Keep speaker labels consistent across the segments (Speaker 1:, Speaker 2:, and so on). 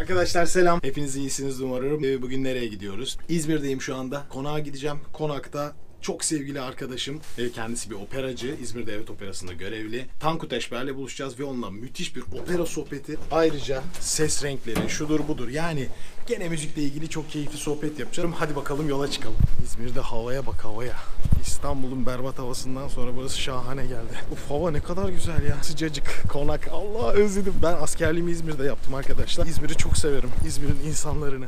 Speaker 1: Arkadaşlar selam. Hepiniz iyisiniz umarım. Bugün nereye gidiyoruz? İzmir'deyim şu anda. Konağa gideceğim. Konakta çok sevgili arkadaşım, kendisi bir operacı. İzmir Devlet Operası'nda görevli. Tankut Eşber'le buluşacağız ve onunla müthiş bir opera sohbeti. Ayrıca ses renkleri, şudur budur. Yani gene müzikle ilgili çok keyifli sohbet yapacağım. Hadi bakalım yola çıkalım. İzmir'de havaya bak havaya. İstanbul'un berbat havasından sonra burası şahane geldi. Uf, hava ne kadar güzel ya. Sıcacık, konak. Allah özledim. Ben askerliğimi İzmir'de yaptım arkadaşlar. İzmir'i çok severim. İzmir'in insanlarını.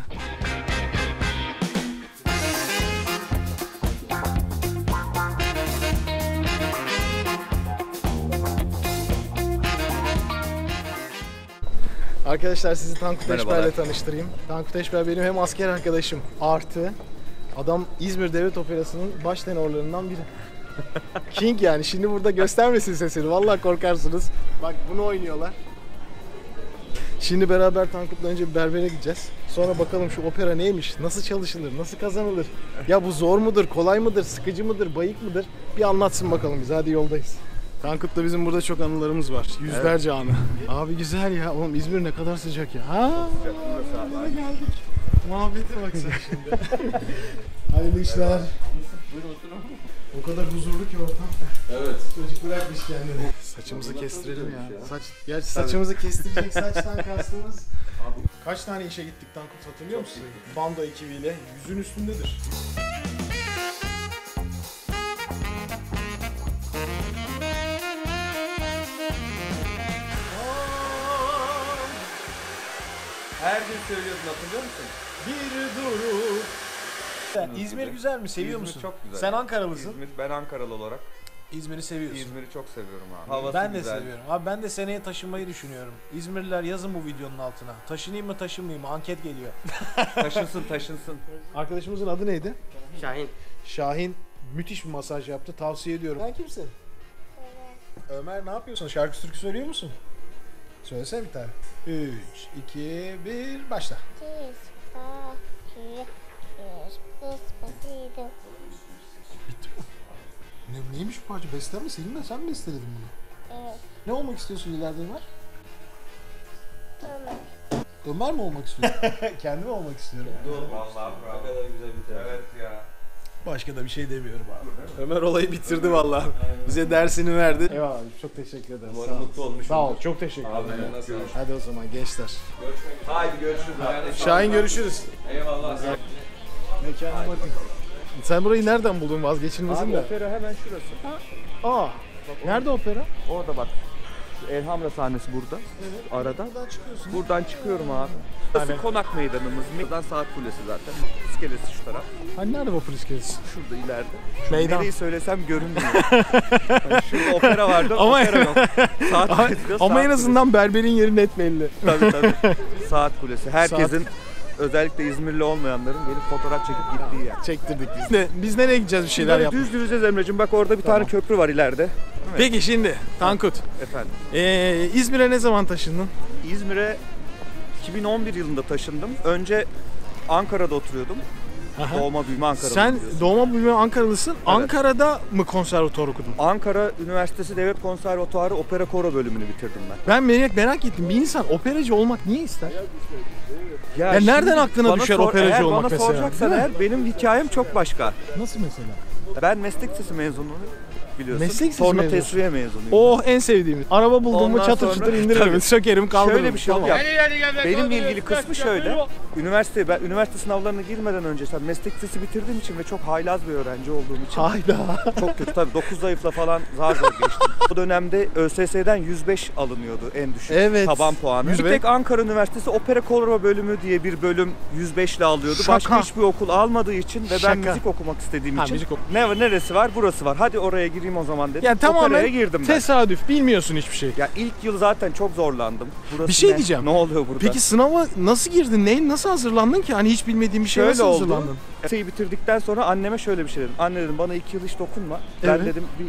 Speaker 1: Arkadaşlar sizi Tankut Eşber'le tanıştırayım. Tankut Eşber benim hem asker arkadaşım artı adam İzmir Devlet Operası'nın baş tenorlarından biri. King yani. Şimdi burada göstermesin sesini. Vallahi korkarsınız. Bak bunu oynuyorlar. Şimdi beraber Tankut'la önce bir berbere gideceğiz. Sonra bakalım şu opera neymiş, nasıl çalışılır, nasıl kazanılır? Ya bu zor mudur, kolay mıdır, sıkıcı mıdır, bayık mıdır? Bir anlatsın bakalım biz. Hadi yoldayız. Tankut'la bizim burada çok anılarımız var. Yüzlerce anı. Abi güzel ya. Oğlum İzmir ne kadar sıcak ya. Ha, geldik. Muhabbete bak sen şimdi. Hayırlı işler.
Speaker 2: Buyurun oturun.
Speaker 1: O kadar huzurlu ki ortam.
Speaker 2: Evet.
Speaker 1: Çocuk bırakmış kendini. Saçımızı kestirelim ya. Gerçi saçımızı kestirecek saçtan kastımız. Kaç tane işe gittik Tankut hatırlıyor musun? Banda ekibiyle 100'ün üstündedir.
Speaker 2: Her gün söylüyordun, hatırlıyor musun?
Speaker 1: Bir durup. İzmir güzel mi? Seviyor
Speaker 2: İzmir
Speaker 1: musun?
Speaker 2: çok güzel.
Speaker 1: Sen Ankaralısın.
Speaker 2: İzmir, ben Ankaralı olarak
Speaker 1: İzmir'i seviyorsun.
Speaker 2: İzmir'i çok seviyorum abi. Havası
Speaker 1: Ben de
Speaker 2: güzel.
Speaker 1: seviyorum. Abi ben de seneye taşınmayı düşünüyorum. İzmirliler yazın bu videonun altına. Taşınayım mı taşınmayayım mı? Anket geliyor.
Speaker 2: Taşınsın taşınsın.
Speaker 1: Arkadaşımızın adı neydi?
Speaker 3: Şahin.
Speaker 1: Şahin müthiş bir masaj yaptı. Tavsiye ediyorum. Sen kimsin? Ömer ne yapıyorsun? Şarkı türkü söylüyor musun? Söylesene bir tane. 3, 2, 1, başla. Bitti mi? Neymiş bu parça? Beslen mi? Senin de sen mi besteledin bunu?
Speaker 3: Evet.
Speaker 1: Ne olmak istiyorsun ileride Ömer?
Speaker 3: Ömer.
Speaker 1: Ömer mi olmak istiyorsun? Kendim olmak istiyorum.
Speaker 2: Vallahi ne kadar güzel bir evet ya.
Speaker 1: Başka da bir şey demiyorum abi. Ömer olayı bitirdi vallahi. Bize dersini verdi. Eyvallah abi, çok teşekkür ederim.
Speaker 2: Umarım mutlu olmuşsundur.
Speaker 1: Sağ ol, çok teşekkür ederim.
Speaker 2: Abi nasıl?
Speaker 1: Hadi o zaman gençler.
Speaker 2: Haydi görüşürüz abi.
Speaker 1: Şahin görüşürüz.
Speaker 2: Eyvallah.
Speaker 1: Mekanı bakın. Sen burayı nereden buldun vazgeçilmezin
Speaker 2: Abi
Speaker 1: de?
Speaker 2: opera hemen şurası.
Speaker 1: Aa, nerede opera?
Speaker 2: Orada bak. Elhamra sahnesi burada. Evet. Arada.
Speaker 1: Buradan çıkıyorsun.
Speaker 2: Buradan çıkıyorum abi. Burası konak meydanımız. Buradan saat kulesi zaten. İskelesi şu taraf.
Speaker 1: Hani nerede vapur iskelesi?
Speaker 2: Şurada ileride.
Speaker 1: Meydan.
Speaker 2: Nereyi söylesem görünmüyor. Yani şurada opera vardı,
Speaker 1: Ama-
Speaker 2: opera yok. Saat kulesi diyor,
Speaker 1: Ama
Speaker 2: saat
Speaker 1: en azından berberin yeri net belli.
Speaker 2: kulesi. Tabii. Saat kulesi. Herkesin özellikle İzmirli olmayanların gelip fotoğraf çekip gittiği yer.
Speaker 1: Çektirdik biz. Biz nereye gideceğiz bir şeyler
Speaker 2: Böyle
Speaker 1: yapmak?
Speaker 2: düz yürüyeceğiz Emre'cim. Bak orada bir tane köprü var ileride.
Speaker 1: Peki şimdi Tankut,
Speaker 2: Efendim.
Speaker 1: İzmir'e ne zaman taşındın?
Speaker 2: İzmir'e 2011 yılında taşındım. Önce Ankara'da oturuyordum.
Speaker 1: Aha.
Speaker 2: Doğma büyüme Ankara'da
Speaker 1: Sen
Speaker 2: oturuyorsun.
Speaker 1: doğma büyüme Ankaralısın. Ankara'da mı konservatuvar okudun?
Speaker 2: Ankara Üniversitesi Devlet Konservatuarı Opera Koro bölümünü bitirdim ben.
Speaker 1: Ben merak ettim. Bir insan operacı olmak niye ister? Ya
Speaker 2: şimdi
Speaker 1: nereden aklına
Speaker 2: bana
Speaker 1: düşer operacı
Speaker 2: eğer
Speaker 1: olmak
Speaker 2: bana
Speaker 1: mesela?
Speaker 2: soracaksan
Speaker 1: Değil mi?
Speaker 2: eğer benim hikayem çok başka.
Speaker 1: Nasıl mesela?
Speaker 2: Ben meslek lisesi mezunuyum biliyorsun.
Speaker 1: Meslek lisesi
Speaker 2: Sonra
Speaker 1: mezunusun.
Speaker 2: tesviye mezunuyum.
Speaker 1: Oh en sevdiğimiz. Araba buldum mu
Speaker 2: Ondan
Speaker 1: çatır
Speaker 2: sonra-
Speaker 1: çatır indiririm.
Speaker 2: Tabii.
Speaker 1: Sökerim kaldırırım.
Speaker 2: Şöyle bir şey
Speaker 1: Tamam.
Speaker 2: yok. Benimle ilgili kısmı şöyle. Ben üniversite sınavlarına girmeden önce meslek lisesi bitirdiğim için ve çok haylaz bir öğrenci olduğum için
Speaker 1: Hayda.
Speaker 2: çok kötü. Tabii 9 zayıfla falan zar zor geçtim. O dönemde ÖSS'den 105 alınıyordu en düşük
Speaker 1: Evet.
Speaker 2: taban puanı. Bir tek Ankara Üniversitesi Opera Koro bölümü diye bir bölüm 105 ile alıyordu.
Speaker 1: Şaka.
Speaker 2: Başka hiçbir okul almadığı için ve
Speaker 1: Şaka.
Speaker 2: ben müzik okumak istediğim
Speaker 1: Ha,
Speaker 2: için
Speaker 1: müzik
Speaker 2: neresi var? Burası var. Hadi oraya gireyim o zaman dedim.
Speaker 1: Yani tamamen
Speaker 2: Operaya girdim ben.
Speaker 1: tesadüf. Bilmiyorsun hiçbir şey.
Speaker 2: Ya ilk yıl zaten çok zorlandım. Burası
Speaker 1: Bir şey
Speaker 2: ne?
Speaker 1: diyeceğim.
Speaker 2: Ne oluyor burada?
Speaker 1: Peki sınava nasıl girdin? Nasıl hazırlandın ki? Hani hiç bilmediğin bir şeye
Speaker 2: Şöyle
Speaker 1: nasıl
Speaker 2: oldu.
Speaker 1: hazırlandın?
Speaker 2: Liseyi bitirdikten sonra anneme şöyle bir şey dedim. Anne dedim bana 2 yıl hiç dokunma. Ben
Speaker 1: Evet.
Speaker 2: dedim bir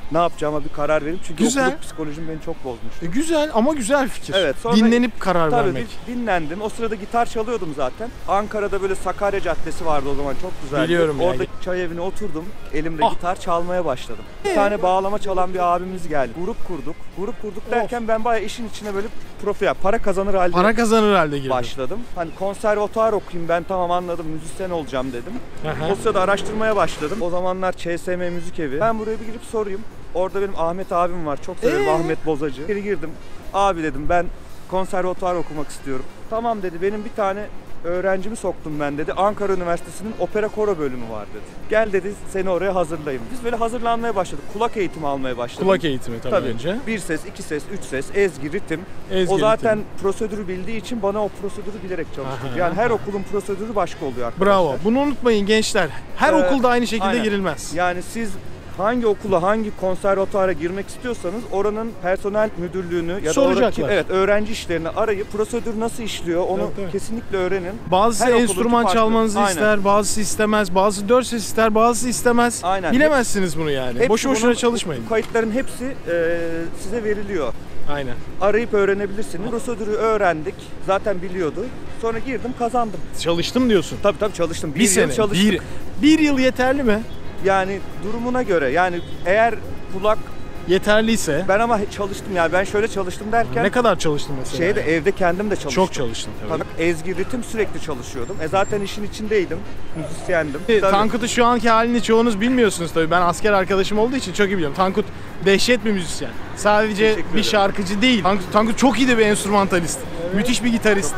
Speaker 2: ne yapacağıma bir karar vereyim. Çünkü
Speaker 1: Güzel.
Speaker 2: okuluk psikolojim beni çok bozmuştu.
Speaker 1: Güzel ama güzel fikir.
Speaker 2: Evet, sonra
Speaker 1: Dinlenip karar
Speaker 2: tabii
Speaker 1: vermek.
Speaker 2: dinlendim. O sırada gitar çalıyordum zaten. Ankara'da böyle Sakarya Caddesi vardı o zaman, çok güzeldi.
Speaker 1: Biliyorum ya.
Speaker 2: Orada çay evine oturdum. Elimde
Speaker 1: Ah.
Speaker 2: gitar çalmaya başladım. Bir tane bağlama çalan bir abimiz geldi. Grup kurduk. Grup kurduk derken ben bayağı işin içine böyle para kazanır halde
Speaker 1: Para kazanır halde girdim.
Speaker 2: başladım. Hani konservatuar okuyayım ben, tamam anladım, müzisyen olacağım dedim.
Speaker 1: Aha.
Speaker 2: O sırada araştırmaya başladım. O zamanlar ÇSM Müzik Evi. Ben buraya bir girip sorayım. Orada benim Ahmet abim var. Çok severim, Ahmet Bozacı. Bir girdim. Abi dedim, ben konservatuar okumak istiyorum. Tamam dedi, benim bir tane öğrencimi soktum ben dedi. Ankara Üniversitesi'nin opera koro bölümü var dedi. Gel dedi, seni oraya hazırlayayım. Biz böyle hazırlanmaya başladık. Kulak eğitimi almaya başladık.
Speaker 1: Kulak eğitimi tabii önce.
Speaker 2: Bir ses, iki ses, üç ses, ezgi, ritim.
Speaker 1: Ezgi,
Speaker 2: O zaten
Speaker 1: ritim.
Speaker 2: prosedürü bildiği için bana o prosedürü bilerek çalıştık.
Speaker 1: Aha.
Speaker 2: Yani her okulun prosedürü başka oluyor arkadaşlar.
Speaker 1: Bravo. Bunu unutmayın gençler. Her okulda aynı şekilde
Speaker 2: aynen.
Speaker 1: girilmez.
Speaker 2: Yani siz hangi okula, hangi konservatuara girmek istiyorsanız oranın personel müdürlüğünü ya da
Speaker 1: Soracaklar.
Speaker 2: oradaki öğrenci işlerini arayıp prosedür nasıl işliyor onu
Speaker 1: Evet.
Speaker 2: kesinlikle öğrenin.
Speaker 1: Bazısı
Speaker 2: Her okulunki
Speaker 1: enstrüman
Speaker 2: farklı.
Speaker 1: çalmanızı
Speaker 2: Aynen.
Speaker 1: ister, bazısı istemez, bazısı 4 ses ister, bazısı istemez.
Speaker 2: Aynen.
Speaker 1: Bilemezsiniz bunu yani.
Speaker 2: Hepsi
Speaker 1: Boşu boşuna
Speaker 2: bunun-
Speaker 1: çalışmayın.
Speaker 2: Kayıtların hepsi size veriliyor.
Speaker 1: Aynen.
Speaker 2: Arayıp öğrenebilirsiniz. Prosedürü öğrendik. Zaten biliyordu. Sonra girdim, kazandım.
Speaker 1: Çalıştım diyorsun.
Speaker 2: Tabii çalıştım.
Speaker 1: Bir
Speaker 2: yıl
Speaker 1: sene.
Speaker 2: çalıştık.
Speaker 1: Bir yıl yeterli mi?
Speaker 2: Yani durumuna göre. Yani eğer kulak,
Speaker 1: Yeterliyse.
Speaker 2: ben ama çalıştım yani, ben şöyle çalıştım derken
Speaker 1: Ne kadar çalıştın mesela?
Speaker 2: şeyde evde kendim de çalıştım.
Speaker 1: Çok çalıştın tabii.
Speaker 2: Tabii ezgi, ritim sürekli çalışıyordum. Zaten işin içindeydim. Müzisyendim. Tabii.
Speaker 1: Tankut'u şu anki halini çoğunuz bilmiyorsunuz tabii. Ben asker arkadaşım olduğu için çok iyi biliyorum. Tankut dehşet bir müzisyen. Sadece
Speaker 2: Teşekkür
Speaker 1: bir
Speaker 2: ederim.
Speaker 1: şarkıcı değil. Tankut çok iyi de bir enstrümantalist. Müthiş bir gitarist.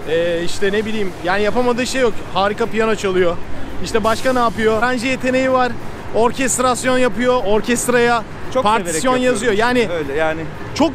Speaker 1: İşte ne bileyim, yani yapamadığı şey yok. Harika piyano çalıyor. İşte başka ne yapıyor? Aranje yeteneği var. Orkestrasyon yapıyor. Orkestraya
Speaker 2: Çok
Speaker 1: partisyon
Speaker 2: severek
Speaker 1: yazıyor.
Speaker 2: yapıyorum.
Speaker 1: Yani
Speaker 2: öyle yani.
Speaker 1: çok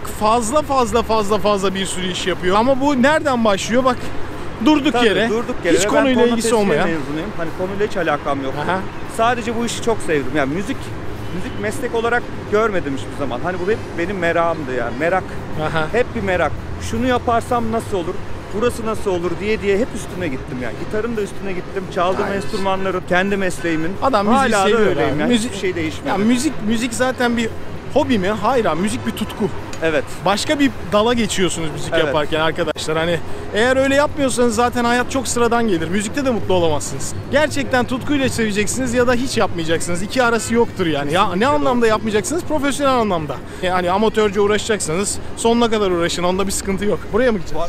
Speaker 1: fazla bir sürü iş yapıyor. Ama bu nereden başlıyor? Bak durduk
Speaker 2: Tabii,
Speaker 1: yere.
Speaker 2: durduk yere.
Speaker 1: Hiç
Speaker 2: Ve
Speaker 1: konuyla
Speaker 2: ben
Speaker 1: ilgisi
Speaker 2: tonla
Speaker 1: olmayan.
Speaker 2: tesviye mezunuyum. Hani konuyla hiç alakam yok.
Speaker 1: Aha.
Speaker 2: Sadece bu işi çok sevdim. Yani müzik meslek olarak görmedim hiçbir zaman. Hani bu hep benim merakımdı yani. Merak.
Speaker 1: Aha.
Speaker 2: Hep bir merak. Şunu yaparsam nasıl olur? Burası nasıl olur diye hep üstüne gittim yani. Gitarın da üstüne gittim. Çaldığım
Speaker 1: Aynen.
Speaker 2: enstrümanların, kendi mesleğimin.
Speaker 1: Adam müziği
Speaker 2: hala da
Speaker 1: seviyor
Speaker 2: öyleyim
Speaker 1: abi.
Speaker 2: yani.
Speaker 1: Müzik-
Speaker 2: Hiçbir şey değişmedi.
Speaker 1: Ya müzik zaten bir hobi mi? Hayır abi, müzik bir tutku.
Speaker 2: Evet.
Speaker 1: Başka bir dala geçiyorsunuz müzik
Speaker 2: Evet.
Speaker 1: yaparken arkadaşlar. Hani eğer öyle yapmıyorsanız zaten hayat çok sıradan gelir. Müzikte de mutlu olamazsınız. Gerçekten tutkuyla seveceksiniz ya da hiç yapmayacaksınız. İki arası yoktur yani. Ya ne anlamda yapmayacaksınız? Profesyonel anlamda. Yani amatörce uğraşacaksanız sonuna kadar uğraşın. Onda bir sıkıntı yok. Buraya mı gideceğiz?
Speaker 2: Var.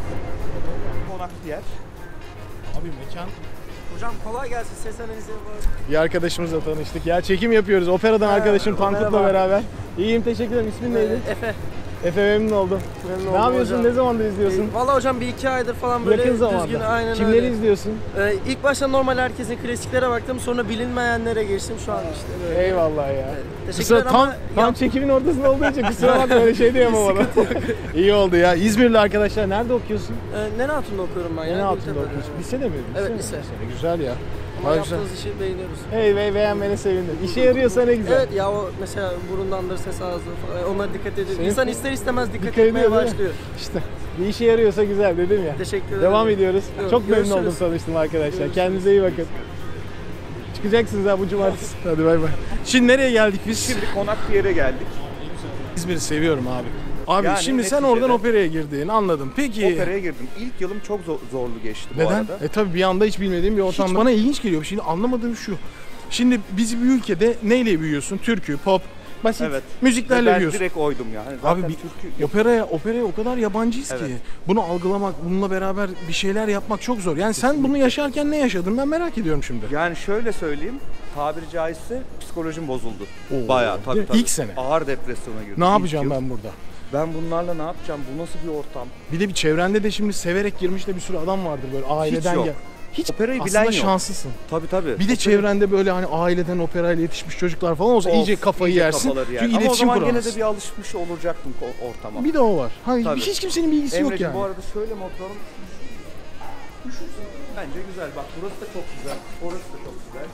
Speaker 2: Konaklı yer.
Speaker 1: Abi mekan.
Speaker 3: Hocam kolay gelsin. Ses analizi var.
Speaker 1: Bir arkadaşımızla tanıştık. Ya çekim yapıyoruz. Operadan arkadaşım Tankut'la
Speaker 3: merhaba.
Speaker 1: beraber. İyiyim, teşekkür ederim. İsmin neydi?
Speaker 3: Efe.
Speaker 1: Efe, memnun oldum.
Speaker 3: Memnun
Speaker 1: Ne
Speaker 3: oldum
Speaker 1: yapıyorsun?
Speaker 3: hocam.
Speaker 1: Ne zamandır izliyorsun?
Speaker 3: Valla hocam bir iki aydır falan böyle
Speaker 1: Yakın zamanda.
Speaker 3: düzgün aynen
Speaker 1: Kimleri
Speaker 3: öyle.
Speaker 1: izliyorsun?
Speaker 3: İlk başta normal herkesin klasiklere baktım, sonra bilinmeyenlere geçtim şu an işte böyle.
Speaker 1: Eyvallah ya.
Speaker 3: Teşekkürler
Speaker 1: Tam
Speaker 3: ama
Speaker 1: çekimin ortasında olduğu için kusura bakma, öyle şey diyemem ama. İyi oldu ya. İzmirli arkadaşlar, nerede okuyorsun?
Speaker 3: Nene Hatun'da okuyorum ben ya.
Speaker 1: Ne Hatun'da
Speaker 3: Gültepe'de.
Speaker 1: okuyorsun? Lisede mi?
Speaker 3: Evet,
Speaker 1: mi?
Speaker 3: lise.
Speaker 1: Güzel ya.
Speaker 3: Ama
Speaker 1: Vay güzel.
Speaker 3: yaptığınız işi beğeniyoruz.
Speaker 1: Hey bey, beğenmene sevindim. İşe yarıyorsa ne güzel.
Speaker 3: Evet ya, o mesela burundandır, ses ağzı falan, onlara dikkat ediyor.
Speaker 1: Senin-
Speaker 3: İnsan ister istemez dikkat
Speaker 1: Dikkat ediyor,
Speaker 3: etmeye
Speaker 1: değil mi?
Speaker 3: başlıyor.
Speaker 1: İşte bir işe yarıyorsa güzel dedim ya.
Speaker 3: Teşekkür ederim.
Speaker 1: Devam ediyoruz.
Speaker 3: Evet,
Speaker 1: Çok memnun
Speaker 3: görüşürüz.
Speaker 1: oldum tanıştım arkadaşlar.
Speaker 3: Görüşürüz.
Speaker 1: Kendinize iyi bakın. Çıkacaksınız ha bu cumartesi. Hadi bay bay. Şimdi nereye geldik biz?
Speaker 2: Şimdi konaklı yere geldik.
Speaker 1: İzmir'i seviyorum abi. Abi
Speaker 2: Yani
Speaker 1: şimdi sen
Speaker 2: neticede-
Speaker 1: oradan operaya girdin, anladım. Peki
Speaker 2: Operaya girdim. İlk yılım çok zorlu geçti bu
Speaker 1: neden?
Speaker 2: arada.
Speaker 1: Tabii bir anda hiç bilmediğim bir ortam. Bana ilginç geliyor. Şimdi anlamadığım şu. Şimdi biz bir ülkede neyle büyüyorsun? Türkü, pop, basit
Speaker 2: Evet.
Speaker 1: müziklerle
Speaker 2: Ben
Speaker 1: büyüyorsun.
Speaker 2: direkt oydum yani. Zaten
Speaker 1: Abi bir
Speaker 2: türkü
Speaker 1: operaya o kadar yabancıyız ki.
Speaker 2: Evet.
Speaker 1: Bunu algılamak, bununla beraber bir şeyler yapmak çok zor. Yani sen bunu yaşarken ne yaşadın? Ben merak ediyorum şimdi.
Speaker 2: yani şöyle söyleyeyim, tabiri caizse psikolojim bozuldu.
Speaker 1: Oo.
Speaker 2: Bayağı
Speaker 1: Değil
Speaker 2: tabii
Speaker 1: mi?
Speaker 2: tabii.
Speaker 1: İlk sene.
Speaker 2: Ağır depresyona girdim.
Speaker 1: Ne
Speaker 2: İlk
Speaker 1: yapacağım
Speaker 2: yıl.
Speaker 1: ben burada?
Speaker 2: Ben bunlarla ne yapacağım? Bu nasıl bir ortam?
Speaker 1: Bir de bir çevrende de şimdi severek girmiş de bir sürü adam vardır böyle aileden
Speaker 2: yok.
Speaker 1: gel. Hiç
Speaker 2: Operayı
Speaker 1: aslında
Speaker 2: bilen yok.
Speaker 1: şanslısın.
Speaker 2: Tabii tabii.
Speaker 1: Bir de çevrende böyle hani aileden operayla yetişmiş çocuklar falan olsa iyice kafayı yersin.
Speaker 2: kafaları yer.
Speaker 1: Çünkü
Speaker 2: Ama o
Speaker 1: iletişim
Speaker 2: zaman gene
Speaker 1: kuramazsın.
Speaker 2: de bir alışmış olacaktım ortama.
Speaker 1: Bir de o var. Hani
Speaker 2: Tabii.
Speaker 1: hiç kimsenin bilgisi yok
Speaker 2: Emre'cim
Speaker 1: yani.
Speaker 2: bu arada şöyle motorum Bence güzel. Bak burası da çok güzel. Orası da çok güzel.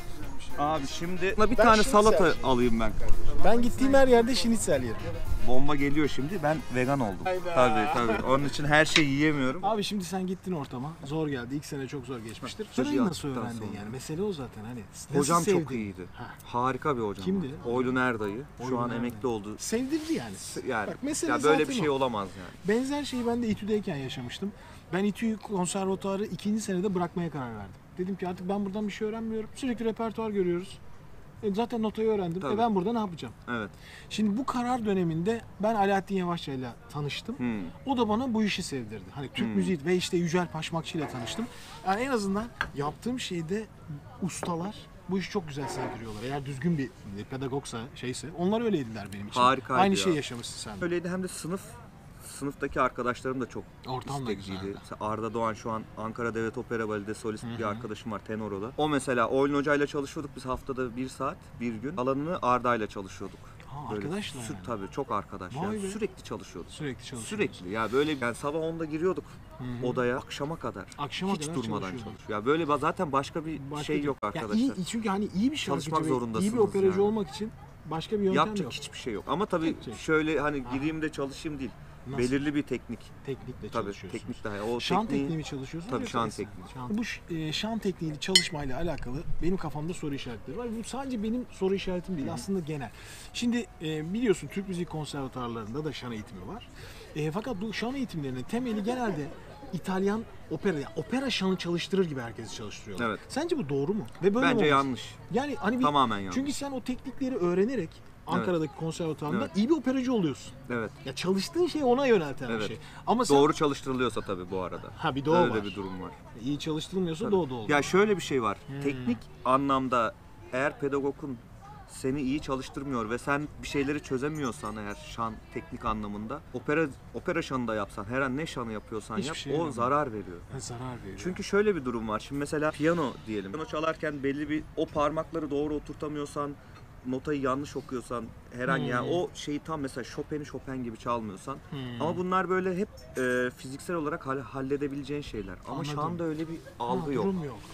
Speaker 2: Abi şimdi bir
Speaker 1: Ben
Speaker 2: tane
Speaker 1: şinitsel
Speaker 2: salata
Speaker 1: şimdi.
Speaker 2: alayım ben.
Speaker 1: Ben gittiğim her yerde şinitsel yerim.
Speaker 2: Bomba geliyor şimdi. Ben vegan oldum.
Speaker 1: Hayda.
Speaker 2: Tabii. Onun için her şeyi yiyemiyorum.
Speaker 1: Abi şimdi sen gittin ortama. Zor geldi. İlk sene çok zor geçmiştir.
Speaker 2: Sözü
Speaker 1: Sırayı nasıl
Speaker 2: yaptıktan
Speaker 1: öğrendin
Speaker 2: sonra.
Speaker 1: yani? Mesele o zaten hani. Nasıl
Speaker 2: Hocam
Speaker 1: sevdin?
Speaker 2: çok iyiydi.
Speaker 1: Ha.
Speaker 2: Harika bir hocam.
Speaker 1: Kimdi?
Speaker 2: Oylun Erdayı. Şu
Speaker 1: Oylun
Speaker 2: an
Speaker 1: Erday.
Speaker 2: emekli oldu.
Speaker 1: Sevdirdi yani.
Speaker 2: Yani
Speaker 1: Bak mesele
Speaker 2: ya böyle
Speaker 1: zaten
Speaker 2: bir şey
Speaker 1: o.
Speaker 2: olamaz yani.
Speaker 1: Benzer şeyi ben de İTÜ'deyken yaşamıştım. Ben İTÜ konservatuarı 2. senede bırakmaya karar verdim. Dedim ki artık ben buradan bir şey öğrenmiyorum. Sürekli repertuar görüyoruz. Zaten notayı öğrendim.
Speaker 2: Tabii.
Speaker 1: Ben burada ne yapacağım?
Speaker 2: Evet.
Speaker 1: Şimdi bu karar döneminde ben Alaaddin Yavaşça ile tanıştım. O da bana bu işi sevdirdi. Hani Türk müziği ve işte Yücel Paşmakçı ile tanıştım. Yani en azından yaptığım şeyde ustalar bu işi çok güzel sevdiriyorlar. Eğer düzgün bir pedagogsa şeyse onlar öyleydiler benim için.
Speaker 2: Harikaydı
Speaker 1: Aynı
Speaker 2: ya.
Speaker 1: şeyi yaşamışsın sen de.
Speaker 2: Öyleydi hem de sınıftaki arkadaşlarım da çok
Speaker 1: Ortam da
Speaker 2: istekliydi.
Speaker 1: güzeldi.
Speaker 2: Mesela Arda Doğan şu an Ankara Devlet Opera Balesi'nde solist bir arkadaşım var, tenor o da. O mesela Oylun Hoca'yla çalışıyorduk biz haftada 1 saat, bir gün. Alanını Arda'yla çalışıyorduk.
Speaker 1: Ha, arkadaşlar yani.
Speaker 2: Tabii çok arkadaş.
Speaker 1: Vay
Speaker 2: Yani
Speaker 1: be.
Speaker 2: sürekli çalışıyorduk.
Speaker 1: Sürekli çalışıyoruz.
Speaker 2: Sürekli ya böyle yani sabah 10'da giriyorduk odaya akşama kadar.
Speaker 1: Akşama
Speaker 2: hiç
Speaker 1: kadar
Speaker 2: durmadan
Speaker 1: çalışıyorduk.
Speaker 2: çalışıyor. Ya böyle zaten başka bir şey yok
Speaker 1: Ya
Speaker 2: arkadaşlar.
Speaker 1: iyi, çünkü hani iyi bir
Speaker 2: Çalışmak
Speaker 1: şarkıcı ve iyi bir
Speaker 2: zorundasınız
Speaker 1: operacı
Speaker 2: yani.
Speaker 1: olmak için başka bir yöntem
Speaker 2: Yapacak
Speaker 1: yok.
Speaker 2: hiçbir şey yok. Ama tabii
Speaker 1: Tek şey.
Speaker 2: şöyle hani gireyim de çalışayım değil.
Speaker 1: Nasıl?
Speaker 2: Belirli bir teknik.
Speaker 1: Teknikle
Speaker 2: Tabii
Speaker 1: çalışıyorsunuz.
Speaker 2: teknik daha. O
Speaker 1: Şan
Speaker 2: tekniği
Speaker 1: tekniği mi çalışıyorsunuz?
Speaker 2: Tabii,
Speaker 1: yoksa
Speaker 2: şan
Speaker 1: eser?
Speaker 2: tekniği.
Speaker 1: Bu şan tekniğiyle çalışmayla alakalı benim kafamda soru işaretleri var. Bu sadece benim soru işaretim değil, aslında genel. Şimdi biliyorsun Türk Müzik Konservatuarlarında da şan eğitimi var. Fakat bu şan eğitimlerinin temeli genelde İtalyan opera, yani opera şanı çalıştırır gibi herkesi çalıştırıyorlar.
Speaker 2: Evet.
Speaker 1: Sence bu doğru mu? Ve böyle mi
Speaker 2: bence
Speaker 1: olması?
Speaker 2: yanlış.
Speaker 1: Yani hani
Speaker 2: Tamamen yanlış.
Speaker 1: Çünkü sen o teknikleri öğrenerek Ankara'daki konservatuarında
Speaker 2: Evet.
Speaker 1: iyi bir operacı oluyorsun.
Speaker 2: Evet.
Speaker 1: Ya çalıştığın şey ona yönelten bir
Speaker 2: Evet.
Speaker 1: şey. Ama sen
Speaker 2: Doğru çalıştırılıyorsa tabii bu arada.
Speaker 1: Ha, bir de o
Speaker 2: Öyle
Speaker 1: var.
Speaker 2: bir durum var.
Speaker 1: iyi çalıştırılmıyorsa
Speaker 2: Tabii.
Speaker 1: da o da olur.
Speaker 2: Ya şöyle bir şey var. Teknik anlamda eğer pedagogun seni iyi çalıştırmıyor ve sen bir şeyleri çözemiyorsan eğer şan teknik anlamında opera şanı da yapsan her an ne şanı yapıyorsan
Speaker 1: Hiçbir
Speaker 2: yap
Speaker 1: şey
Speaker 2: o
Speaker 1: yaramıyor.
Speaker 2: zarar veriyor.
Speaker 1: Zarar veriyor.
Speaker 2: Çünkü şöyle bir durum var. Şimdi mesela piyano diyelim. Piyano çalarken belli bir o parmakları doğru oturtamıyorsan, notayı yanlış okuyorsan herhangi yani o şeyi tam mesela Chopin gibi çalmıyorsan ama bunlar böyle hep fiziksel olarak halledebileceğin şeyler. Ama
Speaker 1: Anladım.
Speaker 2: şanda öyle bir algı yok.
Speaker 1: Durum yok.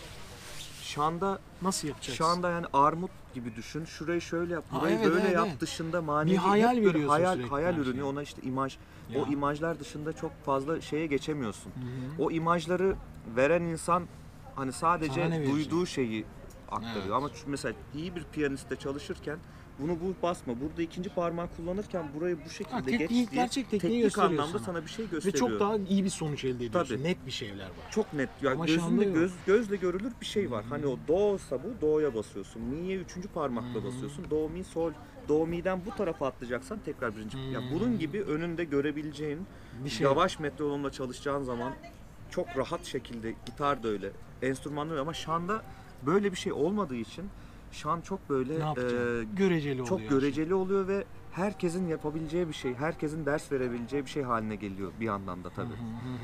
Speaker 2: Şanda
Speaker 1: Nasıl yapacaksın?
Speaker 2: şu anda yani armut gibi düşün. Şurayı şöyle yap, burayı
Speaker 1: evet,
Speaker 2: böyle
Speaker 1: evet,
Speaker 2: yap
Speaker 1: evet.
Speaker 2: dışında manevi
Speaker 1: Bir hayal
Speaker 2: hep böyle
Speaker 1: veriyorsun sürekli
Speaker 2: hayal
Speaker 1: her
Speaker 2: ürünü
Speaker 1: şeye.
Speaker 2: ona işte imaj.
Speaker 1: Ya.
Speaker 2: O imajlar dışında çok fazla şeye geçemiyorsun. O imajları veren insan hani
Speaker 1: Sana ne
Speaker 2: sadece
Speaker 1: verecek?
Speaker 2: duyduğu şeyi aktarıyor.
Speaker 1: Evet.
Speaker 2: Ama mesela iyi bir piyaniste çalışırken bunu basma. Burada ikinci parmağı kullanırken burayı bu şekilde geç diye
Speaker 1: gerçek tekniği
Speaker 2: teknik
Speaker 1: gösteriyor
Speaker 2: anlamda
Speaker 1: sana.
Speaker 2: sana bir şey
Speaker 1: Ve
Speaker 2: gösteriyor.
Speaker 1: çok daha iyi bir sonuç elde ediyorsun.
Speaker 2: Tabii.
Speaker 1: Net bir şeyler var.
Speaker 2: Çok net. Ya
Speaker 1: Ama şanda
Speaker 2: gözünle
Speaker 1: yok.
Speaker 2: gözle görülür bir şey var. Hani o do'sa bu do'ya basıyorsun. Mi'ye üçüncü parmakla basıyorsun. Do mi sol. Do mi'den bu tarafa atlayacaksan tekrar birinci. Ya bunun gibi önünde görebileceğin
Speaker 1: Bir şey
Speaker 2: yavaş metronomla çalışacağın zaman çok rahat şekilde gitar da öyle. Enstrümanlar öyle ama şanda böyle bir şey olmadığı için şan çok böyle
Speaker 1: Ne yapacaksın? Göreceli oluyor.
Speaker 2: çok göreceli oluyor ve herkesin yapabileceği bir şey, herkesin ders verebileceği bir şey haline geliyor bir yandan da tabii.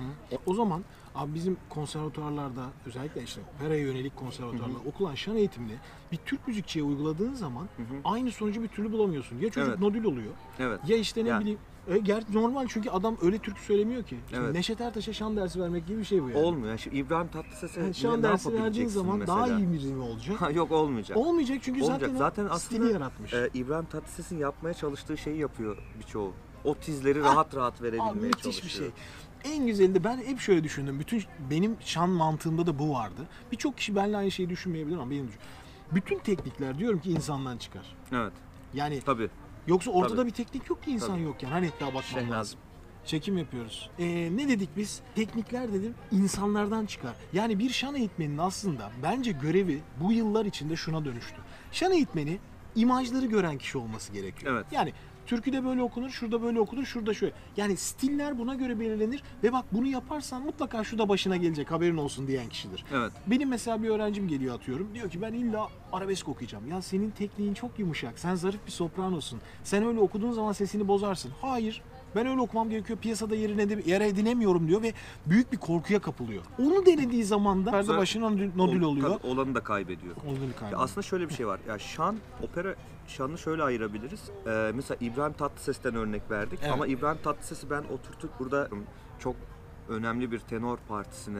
Speaker 1: O zaman abi bizim konservatuarlarda özellikle işte operaya yönelik konservatuarlarda okulan şan eğitimini bir Türk müzikçiye uyguladığın zaman aynı sonucu bir türlü bulamıyorsun. Ya çocuk
Speaker 2: Evet.
Speaker 1: nodül oluyor
Speaker 2: Evet.
Speaker 1: ya işte ne
Speaker 2: Yani.
Speaker 1: bileyim normal çünkü adam öyle türkü söylemiyor ki. Şimdi
Speaker 2: Evet.
Speaker 1: Neşet Ertaş'a şan dersi vermek gibi bir şey bu yani.
Speaker 2: Olmuyor. Yani şimdi İbrahim Tatlıses'e
Speaker 1: Yani
Speaker 2: ne
Speaker 1: şan dersi verdiğin
Speaker 2: yapabileceksin
Speaker 1: zaman
Speaker 2: mesela?
Speaker 1: daha iyi biri mi olacak?
Speaker 2: Ha, yok olmayacak.
Speaker 1: Olmayacak çünkü
Speaker 2: Olmayacak.
Speaker 1: zaten,
Speaker 2: Zaten
Speaker 1: o stili
Speaker 2: aslında
Speaker 1: yaratmış.
Speaker 2: İbrahim Tatlıses'in yapmaya çalıştığı şeyi yapıyor birçoğu. O tizleri rahat verebilmeye
Speaker 1: Abi müthiş
Speaker 2: çalışıyor.
Speaker 1: bir şey. En güzeli de ben hep şöyle düşündüm. Bütün benim şan mantığımda da bu vardı. Birçok kişi benimle aynı şeyi düşünmeyebilir ama benim bütün teknikler diyorum ki insandan çıkar.
Speaker 2: Evet.
Speaker 1: Yani
Speaker 2: Tabii.
Speaker 1: yoksa ortada
Speaker 2: Tabii.
Speaker 1: bir teknik yok ki insan
Speaker 2: Tabii.
Speaker 1: yokken. Hani daha bakmam
Speaker 2: Şey
Speaker 1: lazım.
Speaker 2: lazım.
Speaker 1: Çekim yapıyoruz. Ne dedik biz? Teknikler dedim insanlardan çıkar. Yani bir şan eğitmeninin aslında bence görevi bu yıllar içinde şuna dönüştü. Şan eğitmeni imajları gören kişi olması gerekiyor.
Speaker 2: Evet.
Speaker 1: Yani türküde böyle okunur, şurada böyle okunur, şurada şöyle. Yani stiller buna göre belirlenir ve bak bunu yaparsan mutlaka şu da başına gelecek haberin olsun diyen kişidir.
Speaker 2: Evet.
Speaker 1: Benim mesela bir öğrencim geliyor atıyorum. Diyor ki ben illa arabesk okuyacağım. Ya senin tekniğin çok yumuşak. Sen zarif bir sopranosun. Sen öyle okuduğun zaman sesini bozarsın. Hayır. Ben öyle okumam gerekiyor. Piyasada yer edinemiyorum diyor ve büyük bir korkuya kapılıyor. Onu denediği zaman da perde başına nodül oluyor.
Speaker 2: Olanı da kaybediyor.
Speaker 1: Nodül
Speaker 2: Ya
Speaker 1: kaybediyor.
Speaker 2: aslında şöyle bir şey var. Ya şan, opera şanı şöyle ayırabiliriz. Mesela İbrahim Tatlıses'ten örnek verdik.
Speaker 1: Evet.
Speaker 2: Ama İbrahim Tatlıses'i ben oturtup burada çok önemli bir tenor partisine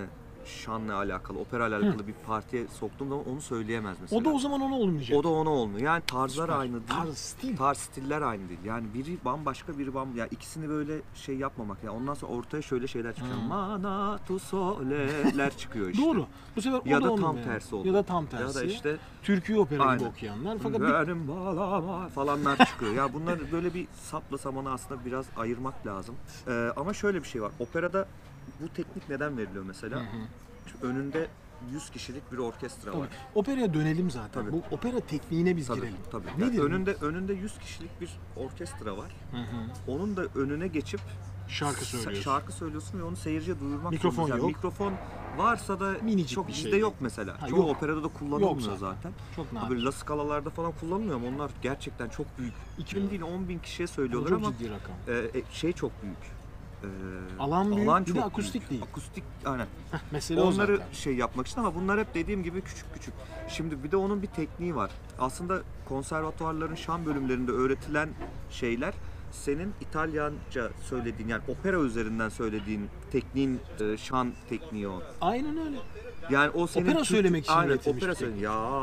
Speaker 2: şanla alakalı, operayla alakalı bir partiye soktuğum zaman onu söyleyemez mesela.
Speaker 4: O da o zaman ona olmayacak.
Speaker 2: O da ona olmuyor. Yani tarzlar
Speaker 4: Süper.
Speaker 2: aynı değil. Tarz, stiller aynı değil. Yani biri bambaşka, biri bambaşka. Yani ikisini böyle şey yapmamak. Yani ondan sonra ortaya şöyle şeyler çıkıyor. Mana tu sole'ler çıkıyor işte.
Speaker 4: Doğru. Bu sefer o
Speaker 2: ya
Speaker 4: da
Speaker 2: da
Speaker 4: olmuyor
Speaker 2: tam
Speaker 4: yani.
Speaker 2: tersi oluyor.
Speaker 4: Ya da tam tersi.
Speaker 2: Ya da işte
Speaker 4: türküyü opera gibi
Speaker 2: aynen.
Speaker 4: okuyanlar. Fakat
Speaker 2: benim bağlama falanlar çıkıyor. Ya bunlar böyle bir sapla samanı aslında biraz ayırmak lazım. Ama şöyle bir şey var. Operada bu teknik neden veriliyor mesela? Çünkü önünde 100 kişilik bir orkestra var.
Speaker 4: Operaya dönelim zaten.
Speaker 2: Tabii.
Speaker 4: Bu opera tekniğine biz girelim.
Speaker 2: Tabii.
Speaker 4: Nedir?
Speaker 2: Yani önünde 100 kişilik bir orkestra var. Onun da önüne geçip şarkı söylüyorsun ve onu seyirciye duyurmak
Speaker 4: Mikrofon
Speaker 2: zorundasın.
Speaker 4: yok.
Speaker 2: Mikrofon varsa da
Speaker 4: Minicik
Speaker 2: çok
Speaker 4: bir
Speaker 2: bizde
Speaker 4: şey.
Speaker 2: yok mesela.
Speaker 4: Ha,
Speaker 2: Çoğu
Speaker 4: yok.
Speaker 2: operada da kullanılmıyor zaten.
Speaker 4: Çok nadir.
Speaker 2: Böyle La Scala'larda falan kullanılmıyor ama onlar gerçekten çok büyük. 2000 değil 10.000 kişiye söylüyorlar
Speaker 4: çok
Speaker 2: ama
Speaker 4: ciddi rakam.
Speaker 2: şey çok büyük.
Speaker 4: Alan büyük, bir de
Speaker 2: çok
Speaker 4: akustik
Speaker 2: büyük.
Speaker 4: değil.
Speaker 2: Akustik aynen.
Speaker 4: Mesele
Speaker 2: Onları
Speaker 4: o zaten.
Speaker 2: şey yapmak için ama bunlar hep dediğim gibi küçük küçük. Şimdi bir de onun bir tekniği var. Aslında konservatuvarların şan bölümlerinde öğretilen şeyler senin İtalyanca söylediğin yani opera üzerinden söylediğin tekniğin şan tekniği o.
Speaker 4: Aynen öyle.
Speaker 2: Yani o senin
Speaker 4: Opera söylemek için
Speaker 2: aynen,
Speaker 4: üretilmiş
Speaker 2: opera
Speaker 4: bir teknik.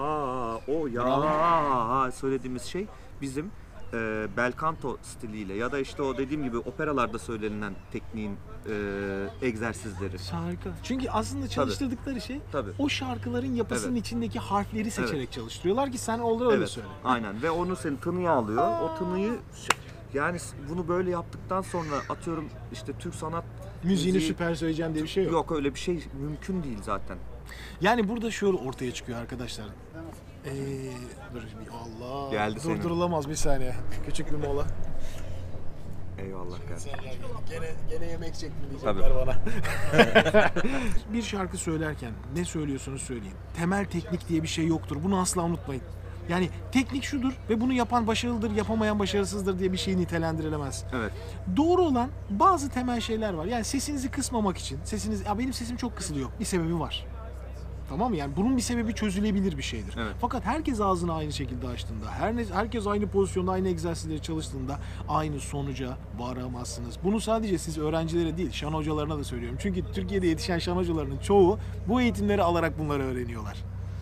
Speaker 2: söylediğimiz şey bizim bel canto stiliyle ya da işte o dediğim gibi operalarda söylenilen tekniğin egzersizleri.
Speaker 4: Harika. Çünkü aslında çalıştırdıkları şey
Speaker 2: Tabii.
Speaker 4: o şarkıların yapısının içindeki harfleri seçerek çalıştırıyorlar ki sen orada öyle söyle.
Speaker 2: Aynen ve onu senin tınıya alıyor. O tınıyı yani bunu böyle yaptıktan sonra atıyorum işte Türk sanat
Speaker 4: Müziğini
Speaker 2: müziği-
Speaker 4: süper söyleyeceğim diye bir şey yok.
Speaker 2: Yok öyle bir şey mümkün değil zaten.
Speaker 4: Yani burada şöyle ortaya çıkıyor arkadaşlar. Dur bir Allah.
Speaker 2: Geldi senin.
Speaker 1: Durdurulamaz bir saniye. Küçük bir mola.
Speaker 2: Eyvallah kardeşim.
Speaker 1: Gene yemek çektim
Speaker 2: Tabii.
Speaker 1: diyecekler bana.
Speaker 4: Bir şarkı söylerken ne söylüyorsanız söyleyin. Temel teknik diye bir şey yoktur. Bunu asla unutmayın. Yani teknik şudur ve bunu yapan başarılıdır, yapamayan başarısızdır diye bir şey nitelendirilemez.
Speaker 2: Evet.
Speaker 4: Doğru olan bazı temel şeyler var. Yani sesinizi kısmamak için, benim sesim çok kısılıyor. Bir sebebi var. Tamam mı? Yani bunun bir sebebi çözülebilir bir şeydir.
Speaker 2: Evet.
Speaker 4: Fakat herkes ağzını aynı şekilde açtığında, herkes aynı pozisyonda, aynı egzersizleri çalıştığında aynı sonuca varamazsınız. Bunu sadece siz öğrencilere değil, şan hocalarına da söylüyorum. Çünkü Türkiye'de yetişen şan hocalarının çoğu bu eğitimleri alarak bunları öğreniyorlar.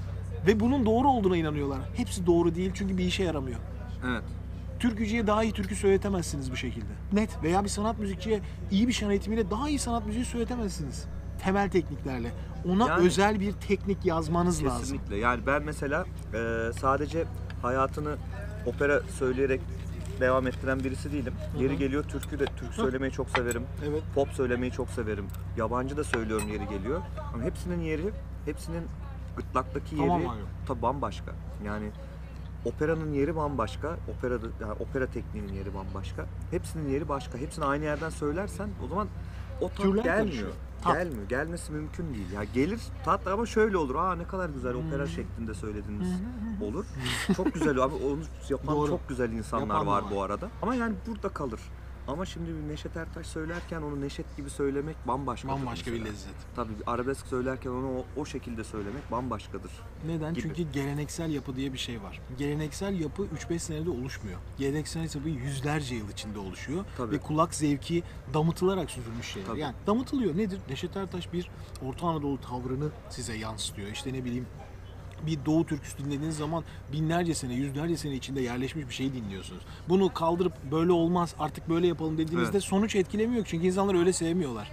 Speaker 4: Ve bunun doğru olduğuna inanıyorlar. Hepsi doğru değil çünkü bir işe yaramıyor.
Speaker 2: Evet.
Speaker 4: Türkücüye daha iyi türkü söyletemezsiniz bu şekilde. Net. Veya bir sanat müzikçiye iyi bir şan eğitimiyle daha iyi sanat müziği söyletemezsiniz. Temel tekniklerle. Ona
Speaker 2: Yani-
Speaker 4: özel bir teknik yazmanız lazım.
Speaker 2: Kesinlikle. Yani ben mesela sadece hayatını opera söyleyerek devam ettiren birisi değilim. Yeri geliyor türkü söylemeyi çok severim.
Speaker 4: Evet.
Speaker 2: Pop söylemeyi çok severim. Yabancı da söylüyorum yeri geliyor. Ama hepsinin gırtlaktaki yeri
Speaker 4: Tamam abi.
Speaker 2: tabii bambaşka. Yani operanın yeri bambaşka. Opera tekniğinin yeri bambaşka. Hepsinin yeri başka. Hepsini aynı yerden söylersen o zaman o tat
Speaker 4: Türler
Speaker 2: gelmiyor.
Speaker 4: karışıyor. Tat.
Speaker 2: Gelmiyor. Gelmesi mümkün değil. Ya gelir tat ama şöyle olur. Ne kadar güzel opera şeklinde söylediğiniz olur. Çok güzel abi onu yapan
Speaker 4: Doğru.
Speaker 2: çok güzel insanlar
Speaker 4: Yapan da
Speaker 2: var
Speaker 4: var.
Speaker 2: bu arada. Ama yani burada kalır. Ama şimdi bir Neşet Ertaş söylerken onu Neşet gibi söylemek bambaşkadır.
Speaker 4: Bambaşka bir
Speaker 2: mesela.
Speaker 4: lezzet.
Speaker 2: Tabii bir arabesk söylerken onu o şekilde söylemek bambaşkadır.
Speaker 4: Neden?
Speaker 2: Gibi.
Speaker 4: Çünkü geleneksel yapı diye bir şey var. Geleneksel yapı 3-5 senede oluşmuyor. Geleneksel yapı yüzlerce yıl içinde oluşuyor.
Speaker 2: Tabii.
Speaker 4: Ve kulak zevki damıtılarak süzülmüş şeyler.
Speaker 2: Tabii.
Speaker 4: Yani damıtılıyor. Nedir? Neşet Ertaş bir Orta Anadolu tavrını size yansıtıyor. İşte ne bileyim bir Doğu türküsü dinlediğiniz zaman binlerce sene, yüzlerce sene içinde yerleşmiş bir şey dinliyorsunuz. Bunu kaldırıp böyle olmaz, artık böyle yapalım dediğinizde
Speaker 2: Evet.
Speaker 4: sonuç etkilemiyor. Çünkü insanlar öyle sevmiyorlar.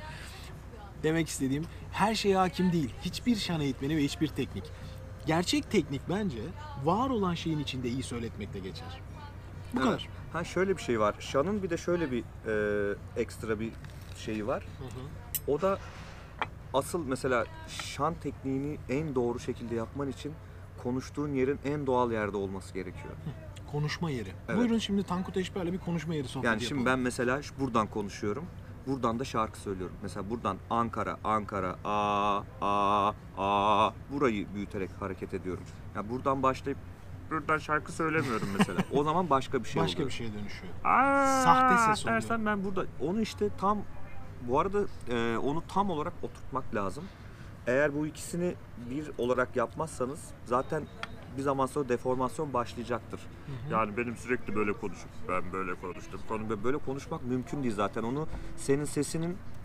Speaker 4: Demek istediğim her şeye hakim değil. Hiçbir şan eğitmeni ve hiçbir teknik. Gerçek teknik bence var olan şeyin içinde iyi söyletmekle geçer. Bu
Speaker 2: Evet.
Speaker 4: kadar.
Speaker 2: Ha şöyle bir şey var. Şan'ın bir de şöyle bir ekstra bir şeyi var. O da asıl mesela şan tekniğini en doğru şekilde yapman için konuştuğun yerin en doğal yerde olması gerekiyor.
Speaker 4: Konuşma yeri.
Speaker 2: Evet.
Speaker 4: Buyurun şimdi Tankut Eşber'le bir konuşma yeri sohbeti
Speaker 2: Yani şimdi ben
Speaker 4: yapalım.
Speaker 2: mesela buradan konuşuyorum. Buradan da şarkı söylüyorum. Mesela buradan Ankara, burayı büyüterek hareket ediyorum. Yani buradan başlayıp buradan şarkı söylemiyorum mesela. O zaman başka bir şey
Speaker 4: Başka
Speaker 2: oluyor.
Speaker 4: bir şeye dönüşüyor.
Speaker 2: Sahte
Speaker 4: ses oluyor.
Speaker 2: dersen ben burada onu işte bu arada onu tam olarak oturtmak lazım. Eğer bu ikisini bir olarak yapmazsanız zaten bir zaman sonra deformasyon başlayacaktır. Yani benim sürekli böyle konuşup ben böyle konuştum. Böyle konuşmak mümkün değil zaten. Onu senin sesinin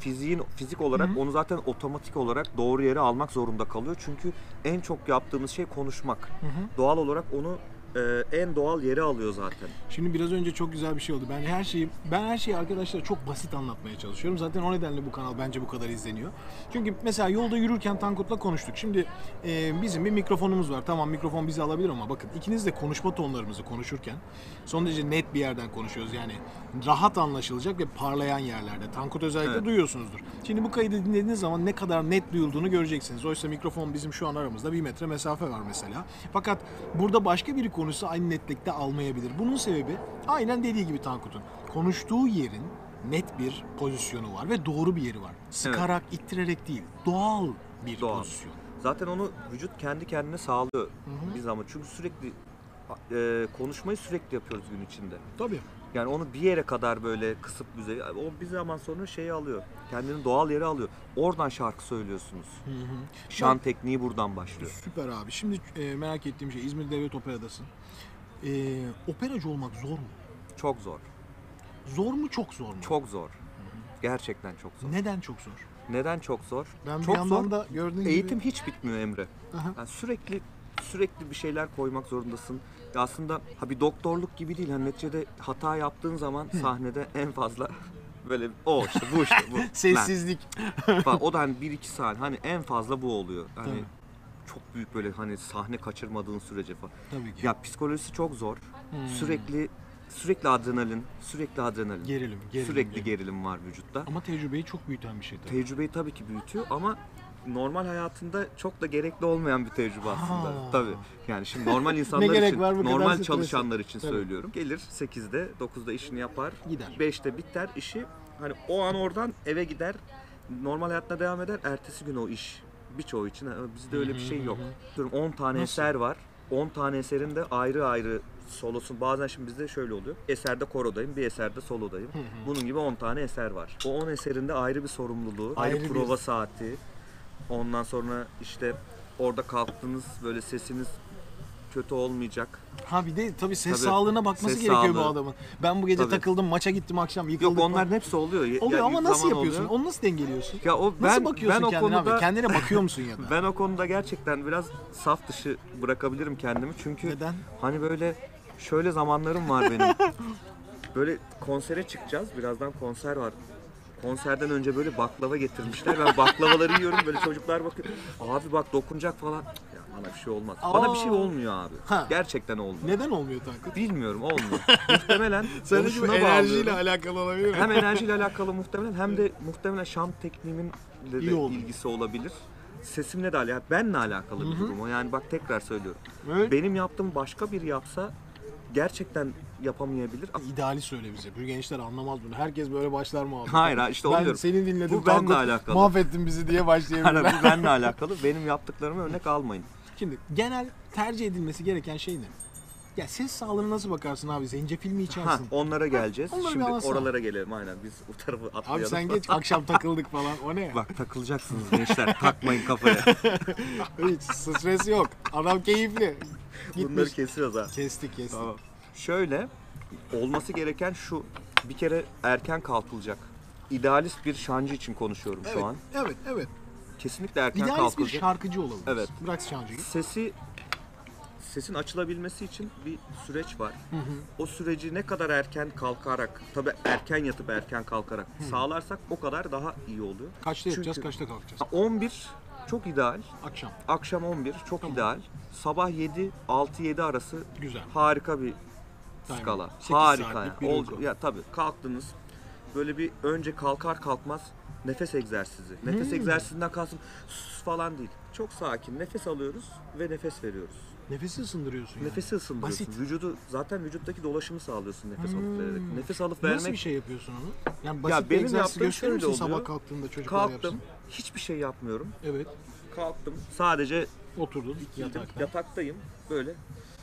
Speaker 2: fizik olarak onu zaten otomatik olarak doğru yere almak zorunda kalıyor. Çünkü en çok yaptığımız şey konuşmak. Doğal olarak onu en doğal yere alıyor zaten.
Speaker 4: Şimdi biraz önce çok güzel bir şey oldu. Ben her şeyi arkadaşlara çok basit anlatmaya çalışıyorum. Zaten o nedenle bu kanal bence bu kadar izleniyor. Çünkü mesela yolda yürürken Tankut'la konuştuk. Şimdi bizim bir mikrofonumuz var. Tamam, mikrofon bizi alabilir ama bakın ikiniz de konuşma tonlarımızı konuşurken son derece net bir yerden konuşuyoruz. Yani rahat anlaşılacak ve parlayan yerlerde. Tankut özellikle duyuyorsunuzdur. Şimdi bu kaydı dinlediğiniz zaman ne kadar net duyulduğunu göreceksiniz. Oysa mikrofon bizim şu an aramızda 1 metre mesafe var mesela. Fakat burada başka biri konuşsa aynı netlikte almayabilir. Bunun sebebi aynen dediği gibi Tankut'un. Konuştuğu yerin net bir pozisyonu var ve doğru bir yeri var. Sıkarak, ittirerek değil. Doğal bir pozisyon.
Speaker 2: Zaten onu vücut kendi kendine sağlıyor bir zaman. Çünkü sürekli konuşmayı sürekli yapıyoruz gün içinde.
Speaker 4: Tabii.
Speaker 2: Yani onu bir yere kadar böyle kısıp o bir zaman sonra şeyi alıyor. Kendini doğal yere alıyor. Oradan şarkı söylüyorsunuz. Şan tekniği buradan başlıyor.
Speaker 4: Süper abi. Şimdi merak ettiğim şey, İzmir Devlet Opera'dasın. Operacı olmak zor mu?
Speaker 2: Çok zor.
Speaker 4: Zor mu, çok zor mu?
Speaker 2: Çok zor. Gerçekten çok zor.
Speaker 4: Neden çok zor?
Speaker 2: Neden çok zor?
Speaker 4: Ben
Speaker 2: çok
Speaker 4: bir yandan
Speaker 2: zor.
Speaker 4: da gördüğün gibi...
Speaker 2: Eğitim hiç bitmiyor Emre. Yani sürekli bir şeyler koymak zorundasın. Ya aslında bir doktorluk gibi değil. Hani neticede hata yaptığın zaman sahnede en fazla böyle bu.
Speaker 4: Sessizlik.
Speaker 2: O da hani 1-2 saniye hani en fazla bu oluyor. Hani
Speaker 4: Tabii.
Speaker 2: çok büyük böyle hani sahne kaçırmadığın sürece falan.
Speaker 4: Tabii ki.
Speaker 2: Ya psikolojisi çok zor. Sürekli adrenalin.
Speaker 4: Gerilim.
Speaker 2: Sürekli gerilim var vücutta.
Speaker 4: Ama tecrübeyi çok büyüten bir şey tabii.
Speaker 2: Tecrübeyi tabii ki büyütüyor ama normal hayatında çok da gerekli olmayan bir tecrübe aslında. Tabii. Yani şimdi normal insanlar için, normal çalışanlar için söylüyorum. Gelir 8'de, 9'da işini yapar.
Speaker 4: Gider.
Speaker 2: 5'te biter işi. Hani o an oradan eve gider. Normal hayatına devam eder. Ertesi gün o iş. Birçoğu için bizde öyle bir şey yok. 10 tane eser var. 10 tane eserin de ayrı ayrı solosu. Bazen şimdi bizde şöyle oluyor. Eserde korodayım, bir eserde solodayım. Bunun gibi 10 tane eser var. O 10 eserinde ayrı bir sorumluluğu, ayrı prova saati. Ondan sonra işte orada kalktınız böyle sesiniz kötü olmayacak.
Speaker 4: Bir de tabii ses sağlığına bakması gerekiyor bu adamın. Ben bu gece takıldım, maça gittim, akşam yıkıldık.
Speaker 2: Yok, onların hepsi oluyor.
Speaker 4: Oluyor ama nasıl yapıyorsun? Onu nasıl dengeliyorsun?
Speaker 2: Ya
Speaker 4: nasıl bakıyorsun
Speaker 2: ben
Speaker 4: kendine
Speaker 2: konuda,
Speaker 4: abi? Kendine bakıyor musun ya da?
Speaker 2: Ben o konuda gerçekten biraz saf dışı bırakabilirim kendimi. Çünkü
Speaker 4: neden?
Speaker 2: Hani böyle şöyle zamanlarım var benim. Böyle konsere çıkacağız. Birazdan konser var. Konserden önce böyle baklava getirmişler. Ben baklavaları yiyorum, böyle çocuklar bakıyor. Abi bak dokunacak falan. Ya bana bir şey olmaz. Bana bir şey olmuyor abi. Gerçekten olmuyor.
Speaker 4: Neden olmuyor Tankut?
Speaker 2: Bilmiyorum, olmuyor. Muhtemelen
Speaker 4: Sen de enerjiyle alakalı olabilir mi?
Speaker 2: Hem enerjiyle alakalı muhtemelen hem de muhtemelen şan tekniğimin de ilgisi olabilir. Sesimle de alakalı. Benle alakalı bir durum o. Yani bak tekrar söylüyorum.
Speaker 4: Evet.
Speaker 2: Benim yaptığım başka biri yapsa gerçekten yapamayabilir.
Speaker 4: İdeali söyle bize. Bu gençler anlamaz bunu. Herkes böyle başlar mı abi?
Speaker 2: Hayır işte onu diyorum.
Speaker 4: Seni dinledim.
Speaker 2: Bu benimle alakalı.
Speaker 4: Mahvettin bizi diye başlayabilirler.
Speaker 2: Bu benimle alakalı. Benim yaptıklarımı örnek almayın.
Speaker 4: Şimdi genel tercih edilmesi gereken şey ne? Ya ses sağlığına nasıl bakarsın abi? Zencefil mi içersin?
Speaker 2: Onlara geleceğiz.
Speaker 4: Onları
Speaker 2: Şimdi
Speaker 4: bir
Speaker 2: oralara gelelim aynen. Biz bu tarafı atlayalım.
Speaker 4: Abi sen geç, akşam takıldık falan. O ne?
Speaker 2: Bak takılacaksınız gençler. Takmayın kafaya.
Speaker 4: Hiç stres yok. Adam keyifli.
Speaker 2: Bunları kesiyoruz ha.
Speaker 4: Kestik.
Speaker 2: Tamam. Şöyle olması gereken şu. Bir kere erken kalkılacak. İdealist bir şancı için konuşuyorum şu an.
Speaker 4: Evet.
Speaker 2: Kesinlikle erken
Speaker 4: İdealist
Speaker 2: kalkılacak.
Speaker 4: bir şarkıcı olabilir.
Speaker 2: Evet.
Speaker 4: Bırak şancıyı.
Speaker 2: Sesin açılabilmesi için bir süreç var. O süreci ne kadar erken kalkarak, tabii erken yatıp erken kalkarak sağlarsak o kadar daha iyi oluyor.
Speaker 4: Kaçta yatacağız, kaçta kalkacağız?
Speaker 2: 11 çok ideal.
Speaker 4: Akşam
Speaker 2: 11 çok ideal. Sabah 6-7 arası
Speaker 4: güzel.
Speaker 2: Harika bir skala. Harika. Ya tabii kalktınız. Böyle bir önce kalkar kalkmaz nefes egzersizi. Nefes egzersizinden kastım falan değil. Çok sakin nefes alıyoruz ve nefes veriyoruz.
Speaker 4: Nefesi ısındırıyorsun yani.
Speaker 2: Nefesi ısındırıyorsun.
Speaker 4: Basit.
Speaker 2: Zaten vücuttaki dolaşımı sağlıyorsun nefes alıp vererek. Nefes alıp vermek.
Speaker 4: Nasıl bir şey yapıyorsun onu? Yani basit
Speaker 2: ya
Speaker 4: bir
Speaker 2: benim
Speaker 4: egzersiz gösterir misin
Speaker 2: oluyor.
Speaker 4: sabah kalktığında çocuklar yapsın?
Speaker 2: Kalktım. Hiçbir şey yapmıyorum.
Speaker 4: Evet.
Speaker 2: Kalktım. Sadece
Speaker 4: oturdun
Speaker 2: yataktayım. Böyle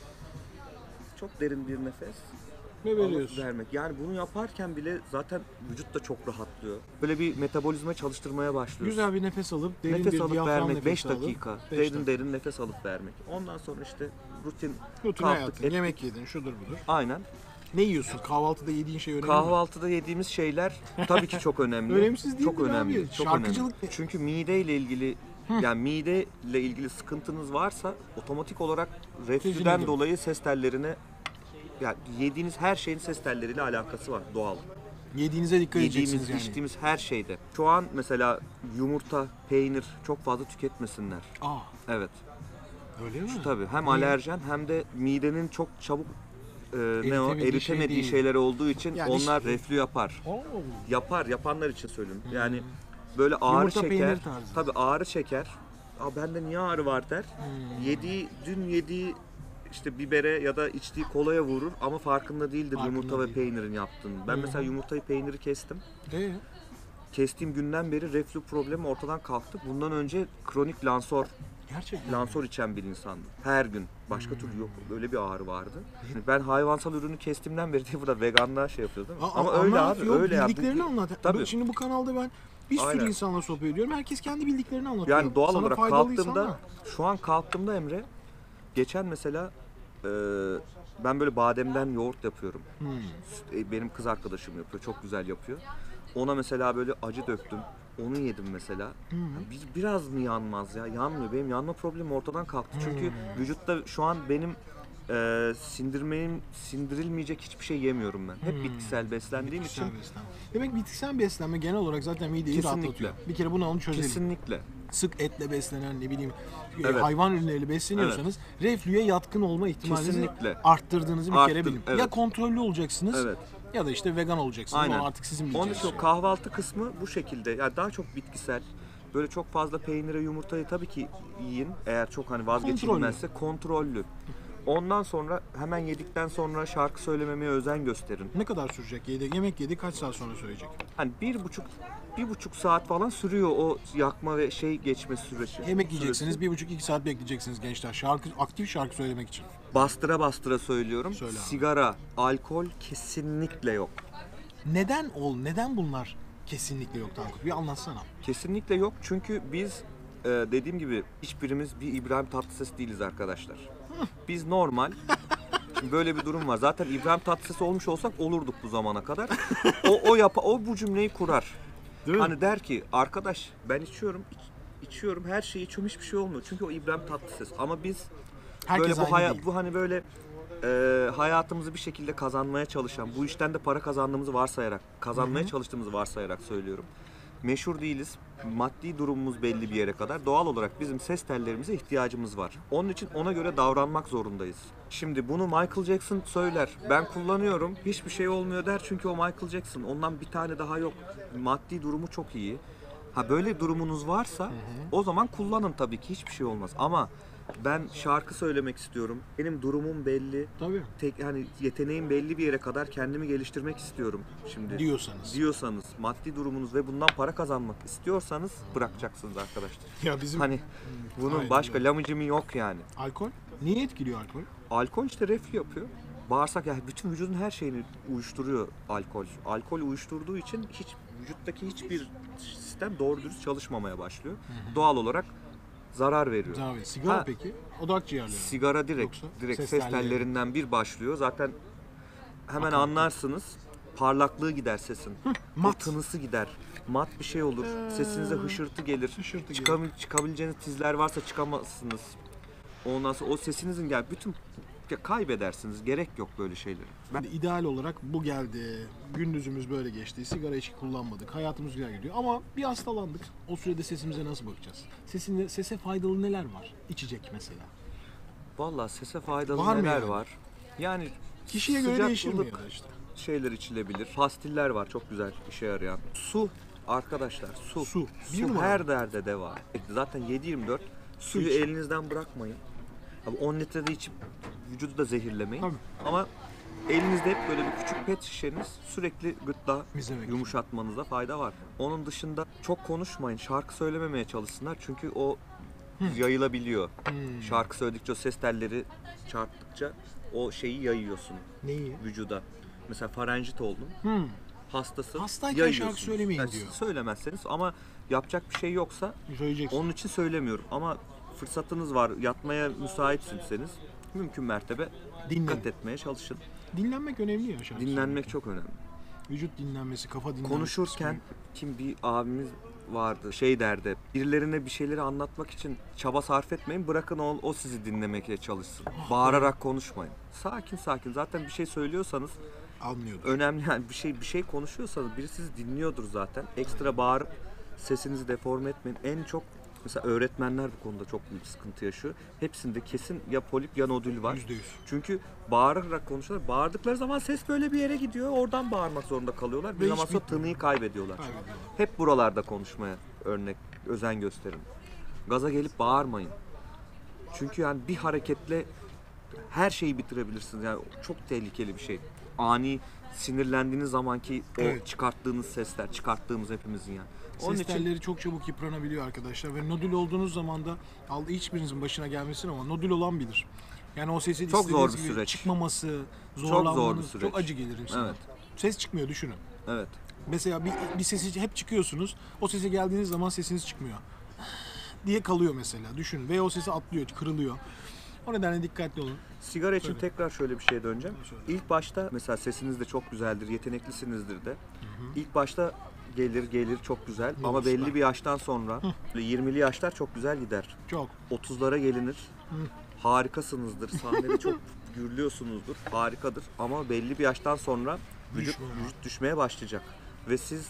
Speaker 2: çok derin bir nefes.
Speaker 4: Ne veriyorsun?
Speaker 2: Vermek. Yani bunu yaparken bile zaten vücut da çok rahatlıyor. Böyle bir metabolizma çalıştırmaya başlıyoruz.
Speaker 4: Güzel bir nefes alıp derin
Speaker 2: nefes
Speaker 4: bir
Speaker 2: alıp
Speaker 4: diyafram
Speaker 2: vermek 5 dakika.
Speaker 4: Derin
Speaker 2: Derin nefes alıp vermek. Ondan sonra işte rutin
Speaker 4: hayatın, yemek yedin, şudur budur.
Speaker 2: Aynen.
Speaker 4: Ne yiyorsun? Kahvaltıda yediğin şey önemli mi?
Speaker 2: Kahvaltıda yediğimiz şeyler tabii ki çok önemli.
Speaker 4: Önemsiz değil
Speaker 2: çok
Speaker 4: mi
Speaker 2: önemli.
Speaker 4: abi?
Speaker 2: Çok
Speaker 4: Şarkıcılık
Speaker 2: önemli. Çünkü mideyle ilgili yani mideyle ilgili sıkıntınız varsa otomatik olarak reflüden
Speaker 4: Kesinlikle.
Speaker 2: dolayı ses tellerine yani yediğiniz her şeyin ses telleriyle alakası var doğal.
Speaker 4: Yediğinize dikkat edeceksiniz
Speaker 2: Yediğimiz,
Speaker 4: yani.
Speaker 2: içtiğimiz her şeyde. Şu an mesela yumurta, peynir çok fazla tüketmesinler.
Speaker 4: Aa,
Speaker 2: Evet.
Speaker 4: öyle mi?
Speaker 2: Tabii hem
Speaker 4: Niye?
Speaker 2: alerjen hem de midenin çok çabuk
Speaker 4: Eritemediği
Speaker 2: eritemediği
Speaker 4: şey
Speaker 2: şeyler olduğu için
Speaker 4: Yani
Speaker 2: onlar reflü yapar.
Speaker 4: Oo.
Speaker 2: Yapanlar için söylüyorum. Yani böyle ağrı
Speaker 4: Yumurta,
Speaker 2: çeker.
Speaker 4: peynir tarzı.
Speaker 2: Tabii ağrı çeker. Aa bende niye ağrı var der. Dün yediği işte bibere ya da içtiği kolaya vurur ama farkında değildir
Speaker 4: Farkında
Speaker 2: yumurta ve
Speaker 4: değil.
Speaker 2: peynirin yaptığını. Ben mesela yumurtayı peyniri kestim. Kestiğim günden beri reflü problemi ortadan kalktı. Bundan önce kronik
Speaker 4: Gerçekten.
Speaker 2: lansor içen bir insandım. Her gün. Başka türlü yok. Öyle bir ağrı vardı. Ben hayvansal ürünü kestiğimden beri burada veganlığa şey yapıyor değil mi? Ama öyle
Speaker 4: anlat,
Speaker 2: abi.
Speaker 4: yok,
Speaker 2: Öyle ya.
Speaker 4: bildiklerini anlat.
Speaker 2: Tabii.
Speaker 4: Şimdi bu kanalda ben bir sürü
Speaker 2: Aynen.
Speaker 4: insanla sohbet ediyorum. Herkes kendi bildiklerini anlatıyor.
Speaker 2: Yani doğal
Speaker 4: Sana
Speaker 2: olarak
Speaker 4: faydalıysa
Speaker 2: kalktığımda,
Speaker 4: anlat.
Speaker 2: şu an kalktığımda Emre, geçen mesela ben böyle bademden yoğurt yapıyorum. Benim kız arkadaşım yapıyor, çok güzel yapıyor. Ona mesela böyle acı döktüm, onu yedim mesela. Biraz mı yanmaz ya? Yanmıyor. Benim yanma problemim ortadan kalktı. Çünkü vücutta şu an benim sindirilmeyecek hiçbir şey yemiyorum ben. Hep bitkisel beslendiğim için.
Speaker 4: Bitkisel beslenme. Demek bitkisel beslenme genel olarak zaten mideyi
Speaker 2: Kesinlikle.
Speaker 4: rahatlatıyor. Bir kere bunu çözelim.
Speaker 2: Kesinlikle.
Speaker 4: Sık etle beslenen ne bileyim
Speaker 2: Evet.
Speaker 4: hayvan ürünleriyle besleniyorsanız reflüye yatkın olma ihtimalinizi
Speaker 2: Kesinlikle.
Speaker 4: arttırdığınızı bir kere
Speaker 2: Arttır,
Speaker 4: bilin.
Speaker 2: evet.
Speaker 4: Ya kontrollü olacaksınız
Speaker 2: Evet.
Speaker 4: ya da işte vegan olacaksınız.
Speaker 2: Aynen.
Speaker 4: O artık sizin
Speaker 2: Onun
Speaker 4: bileceğiniz
Speaker 2: için
Speaker 4: şey.
Speaker 2: o kahvaltı kısmı bu şekilde. Yani daha çok bitkisel. Böyle çok fazla peynire, yumurtayı tabii ki yiyin. Eğer çok hani vazgeçilmezse kontrollü. Ondan sonra hemen yedikten sonra şarkı söylememeye özen gösterin.
Speaker 4: Ne kadar sürecek? Yemek yedi kaç saat sonra söyleyecek?
Speaker 2: Hani bir buçuk saat falan sürüyor o yakma ve geçme süresi.
Speaker 4: Yemek yiyeceksiniz, 1,5-2 saat bekleyeceksiniz gençler. Aktif şarkı söylemek için.
Speaker 2: Bastıra bastıra söylüyorum.
Speaker 4: Söyle abi.
Speaker 2: Sigara, alkol kesinlikle yok.
Speaker 4: Neden bunlar kesinlikle yok Tankut? Bir anlatsana.
Speaker 2: Kesinlikle yok çünkü biz dediğim gibi hiçbirimiz bir İbrahim Tatlıses değiliz arkadaşlar. Biz normal. Şimdi böyle bir durum var. Zaten İbrahim Tatlıses olmuş olsak olurduk bu zamana kadar. O bu cümleyi kurar.
Speaker 4: Değil mi?
Speaker 2: Hani der ki arkadaş ben içiyorum her şeyi içiyorum hiçbir şey olmuyor. Çünkü o İbrahim Tatlıses. Ama biz
Speaker 4: Herkes
Speaker 2: böyle
Speaker 4: aynı değil.
Speaker 2: bu hani böyle hayatımızı bir şekilde kazanmaya çalışan, bu işten de para kazandığımızı varsayarak, kazanmaya çalıştığımızı varsayarak söylüyorum. Meşhur değiliz. Maddi durumumuz belli bir yere kadar. Doğal olarak bizim ses tellerimize ihtiyacımız var. Onun için ona göre davranmak zorundayız. Şimdi bunu Michael Jackson söyler. Ben kullanıyorum. Hiçbir şey olmuyor der. Çünkü o Michael Jackson. Ondan bir tane daha yok. Maddi durumu çok iyi. Ha böyle durumunuz varsa o zaman kullanın tabii ki. Hiçbir şey olmaz. Ama ben şarkı söylemek istiyorum. Benim durumum belli.
Speaker 4: Tabii.
Speaker 2: Hani yeteneğim belli bir yere kadar kendimi geliştirmek istiyorum şimdi. Diyorsanız, maddi durumunuz ve bundan para kazanmak istiyorsanız bırakacaksınız arkadaşlar.
Speaker 4: Ya bizim
Speaker 2: Hani bunun
Speaker 4: Aynen
Speaker 2: başka
Speaker 4: öyle.
Speaker 2: lamıcımı yok yani.
Speaker 4: alkol niye etkiliyor alkol?
Speaker 2: Alkol işte reflü yapıyor. Bağırsak yani bütün vücudun her şeyini uyuşturuyor alkol. Alkol uyuşturduğu için vücuttaki hiçbir sistem doğru dürüst çalışmamaya başlıyor. Doğal olarak zarar veriyor.
Speaker 4: Sigara
Speaker 2: Ha.
Speaker 4: peki? O da akciğerliyor.
Speaker 2: Sigara direkt
Speaker 4: Ses
Speaker 2: ses
Speaker 4: telleri.
Speaker 2: tellerinden bir başlıyor. Zaten hemen anlarsınız. Parlaklığı gider sesin.
Speaker 4: mat.
Speaker 2: O tınısı gider. Mat bir şey olur. Sesinize hışırtı gelir.
Speaker 4: Hışırtı
Speaker 2: Çıkabileceğiniz tizler varsa çıkamazsınız. Ondan sonra o sesinizin bütün kaybedersiniz. Gerek yok böyle şeylere.
Speaker 4: İdeal olarak bu geldi. Gündüzümüz böyle geçti. Sigara hiç kullanmadık. Hayatımız güzel gidiyor. Ama bir hastalandık. O sürede sesimize nasıl bakacağız? Sese faydalı neler var? İçecek mesela.
Speaker 2: Vallahi sese faydalı
Speaker 4: Var mı
Speaker 2: neler
Speaker 4: yani?
Speaker 2: var? Yani
Speaker 4: Kişiye göre
Speaker 2: sıcak
Speaker 4: değişir mi
Speaker 2: ılık
Speaker 4: ya da işte?
Speaker 2: şeyler içilebilir. Pastiller var çok güzel işe yarayan. Su arkadaşlar
Speaker 4: Su. Bir numara.
Speaker 2: her derde deva. Zaten 7/24 suyu
Speaker 4: için.
Speaker 2: elinizden bırakmayın. Abi 10 litre de içip vücudu da zehirlemeyin.
Speaker 4: Tabii.
Speaker 2: Ama elinizde hep böyle bir küçük pet şişeniz sürekli gırtlağı
Speaker 4: Temizlemek.
Speaker 2: yumuşatmanızda fayda var. Onun dışında çok konuşmayın. Şarkı söylememeye çalışsınlar. Çünkü o yayılabiliyor. Şarkı söyledikçe o ses telleri çarptıkça o şeyi yayıyorsun
Speaker 4: Neyi?
Speaker 2: vücuda. Mesela farenjit oldun. Hastasın.
Speaker 4: Hastayken
Speaker 2: yayıyorsun.
Speaker 4: şarkı söylemeyin
Speaker 2: Yani
Speaker 4: diyor.
Speaker 2: Söylemezseniz ama yapacak bir şey yoksa
Speaker 4: Söyleyeceksin.
Speaker 2: onun için söylemiyorum. Ama fırsatınız var. Yatmaya müsaitsiniz. Mümkün mertebe
Speaker 4: Dinleyin.
Speaker 2: dikkat etmeye çalışın.
Speaker 4: Dinlenmek önemli ya şarkı.
Speaker 2: Dinlenmek çok önemli.
Speaker 4: Vücut dinlenmesi, kafa dinlenmesi.
Speaker 2: Konuşurken kim bir abimiz vardı şey derdi, birilerine bir şeyleri anlatmak için çaba sarf etmeyin, bırakın o sizi dinlemeye çalışsın. Bağırarak konuşmayın. Sakin sakin, zaten bir şey söylüyorsanız
Speaker 4: anlıyordur.
Speaker 2: önemli, yani bir şey konuşuyorsanız biri sizi dinliyordur zaten. Ekstra bağırıp sesinizi deforme etmeyin. En çok mesela öğretmenler bu konuda çok büyük sıkıntı yaşıyor. Hepsinde kesin ya polip ya nodül var.
Speaker 4: %100.
Speaker 2: Çünkü bağırarak konuşuyorlar. Bağırdıkları zaman ses böyle bir yere gidiyor. Oradan bağırmak zorunda kalıyorlar. Bir
Speaker 4: Ve
Speaker 2: zaman
Speaker 4: hiç
Speaker 2: sonra
Speaker 4: bitmiyor.
Speaker 2: tınıyı kaybediyorlar.
Speaker 4: Kaybediyorlar.
Speaker 2: Hep buralarda konuşmaya özen gösterin. Gaza gelip bağırmayın. Çünkü yani bir hareketle her şeyi bitirebilirsiniz. Yani çok tehlikeli bir şey. Ani sinirlendiğiniz zamanki o
Speaker 4: Evet.
Speaker 2: çıkarttığınız sesler, çıkarttığımız hepimizin yani. Onun
Speaker 4: Ses
Speaker 2: için
Speaker 4: telleri çok çabuk yıpranabiliyor arkadaşlar ve nodül olduğunuz zaman da hiçbirinizin başına gelmesin ama nodül olan bilir. Yani o sesin
Speaker 2: Çok zor
Speaker 4: istediğiniz
Speaker 2: bir
Speaker 4: gibi
Speaker 2: süreç.
Speaker 4: çıkmaması,
Speaker 2: zor bir
Speaker 4: zorlanmanız
Speaker 2: süreç.
Speaker 4: çok acı gelir insana.
Speaker 2: Evet.
Speaker 4: Ses çıkmıyor, düşünün.
Speaker 2: evet.
Speaker 4: Mesela bir sesi hep çıkıyorsunuz. O sese geldiğiniz zaman sesiniz çıkmıyor. Diye kalıyor mesela. Düşün. Ve o sesi atlıyor, kırılıyor. O nedenle dikkatli olun.
Speaker 2: Sigara için
Speaker 4: Tabii.
Speaker 2: tekrar şöyle bir şeye döneceğim.
Speaker 4: Şöyle.
Speaker 2: İlk başta mesela sesiniz de çok güzeldir, yeteneklisinizdir de. İlk başta gelir çok güzel
Speaker 4: Gelir,
Speaker 2: ama belli
Speaker 4: süper.
Speaker 2: bir yaştan sonra böyle 20'li yaşlar çok güzel gider.
Speaker 4: Çok.
Speaker 2: 30'lara gelinir. Harikasınızdır. Sahnede çok gürlüyorsunuzdur. Harikadır. Ama belli bir yaştan sonra vücut düşmeye başlayacak. Ve siz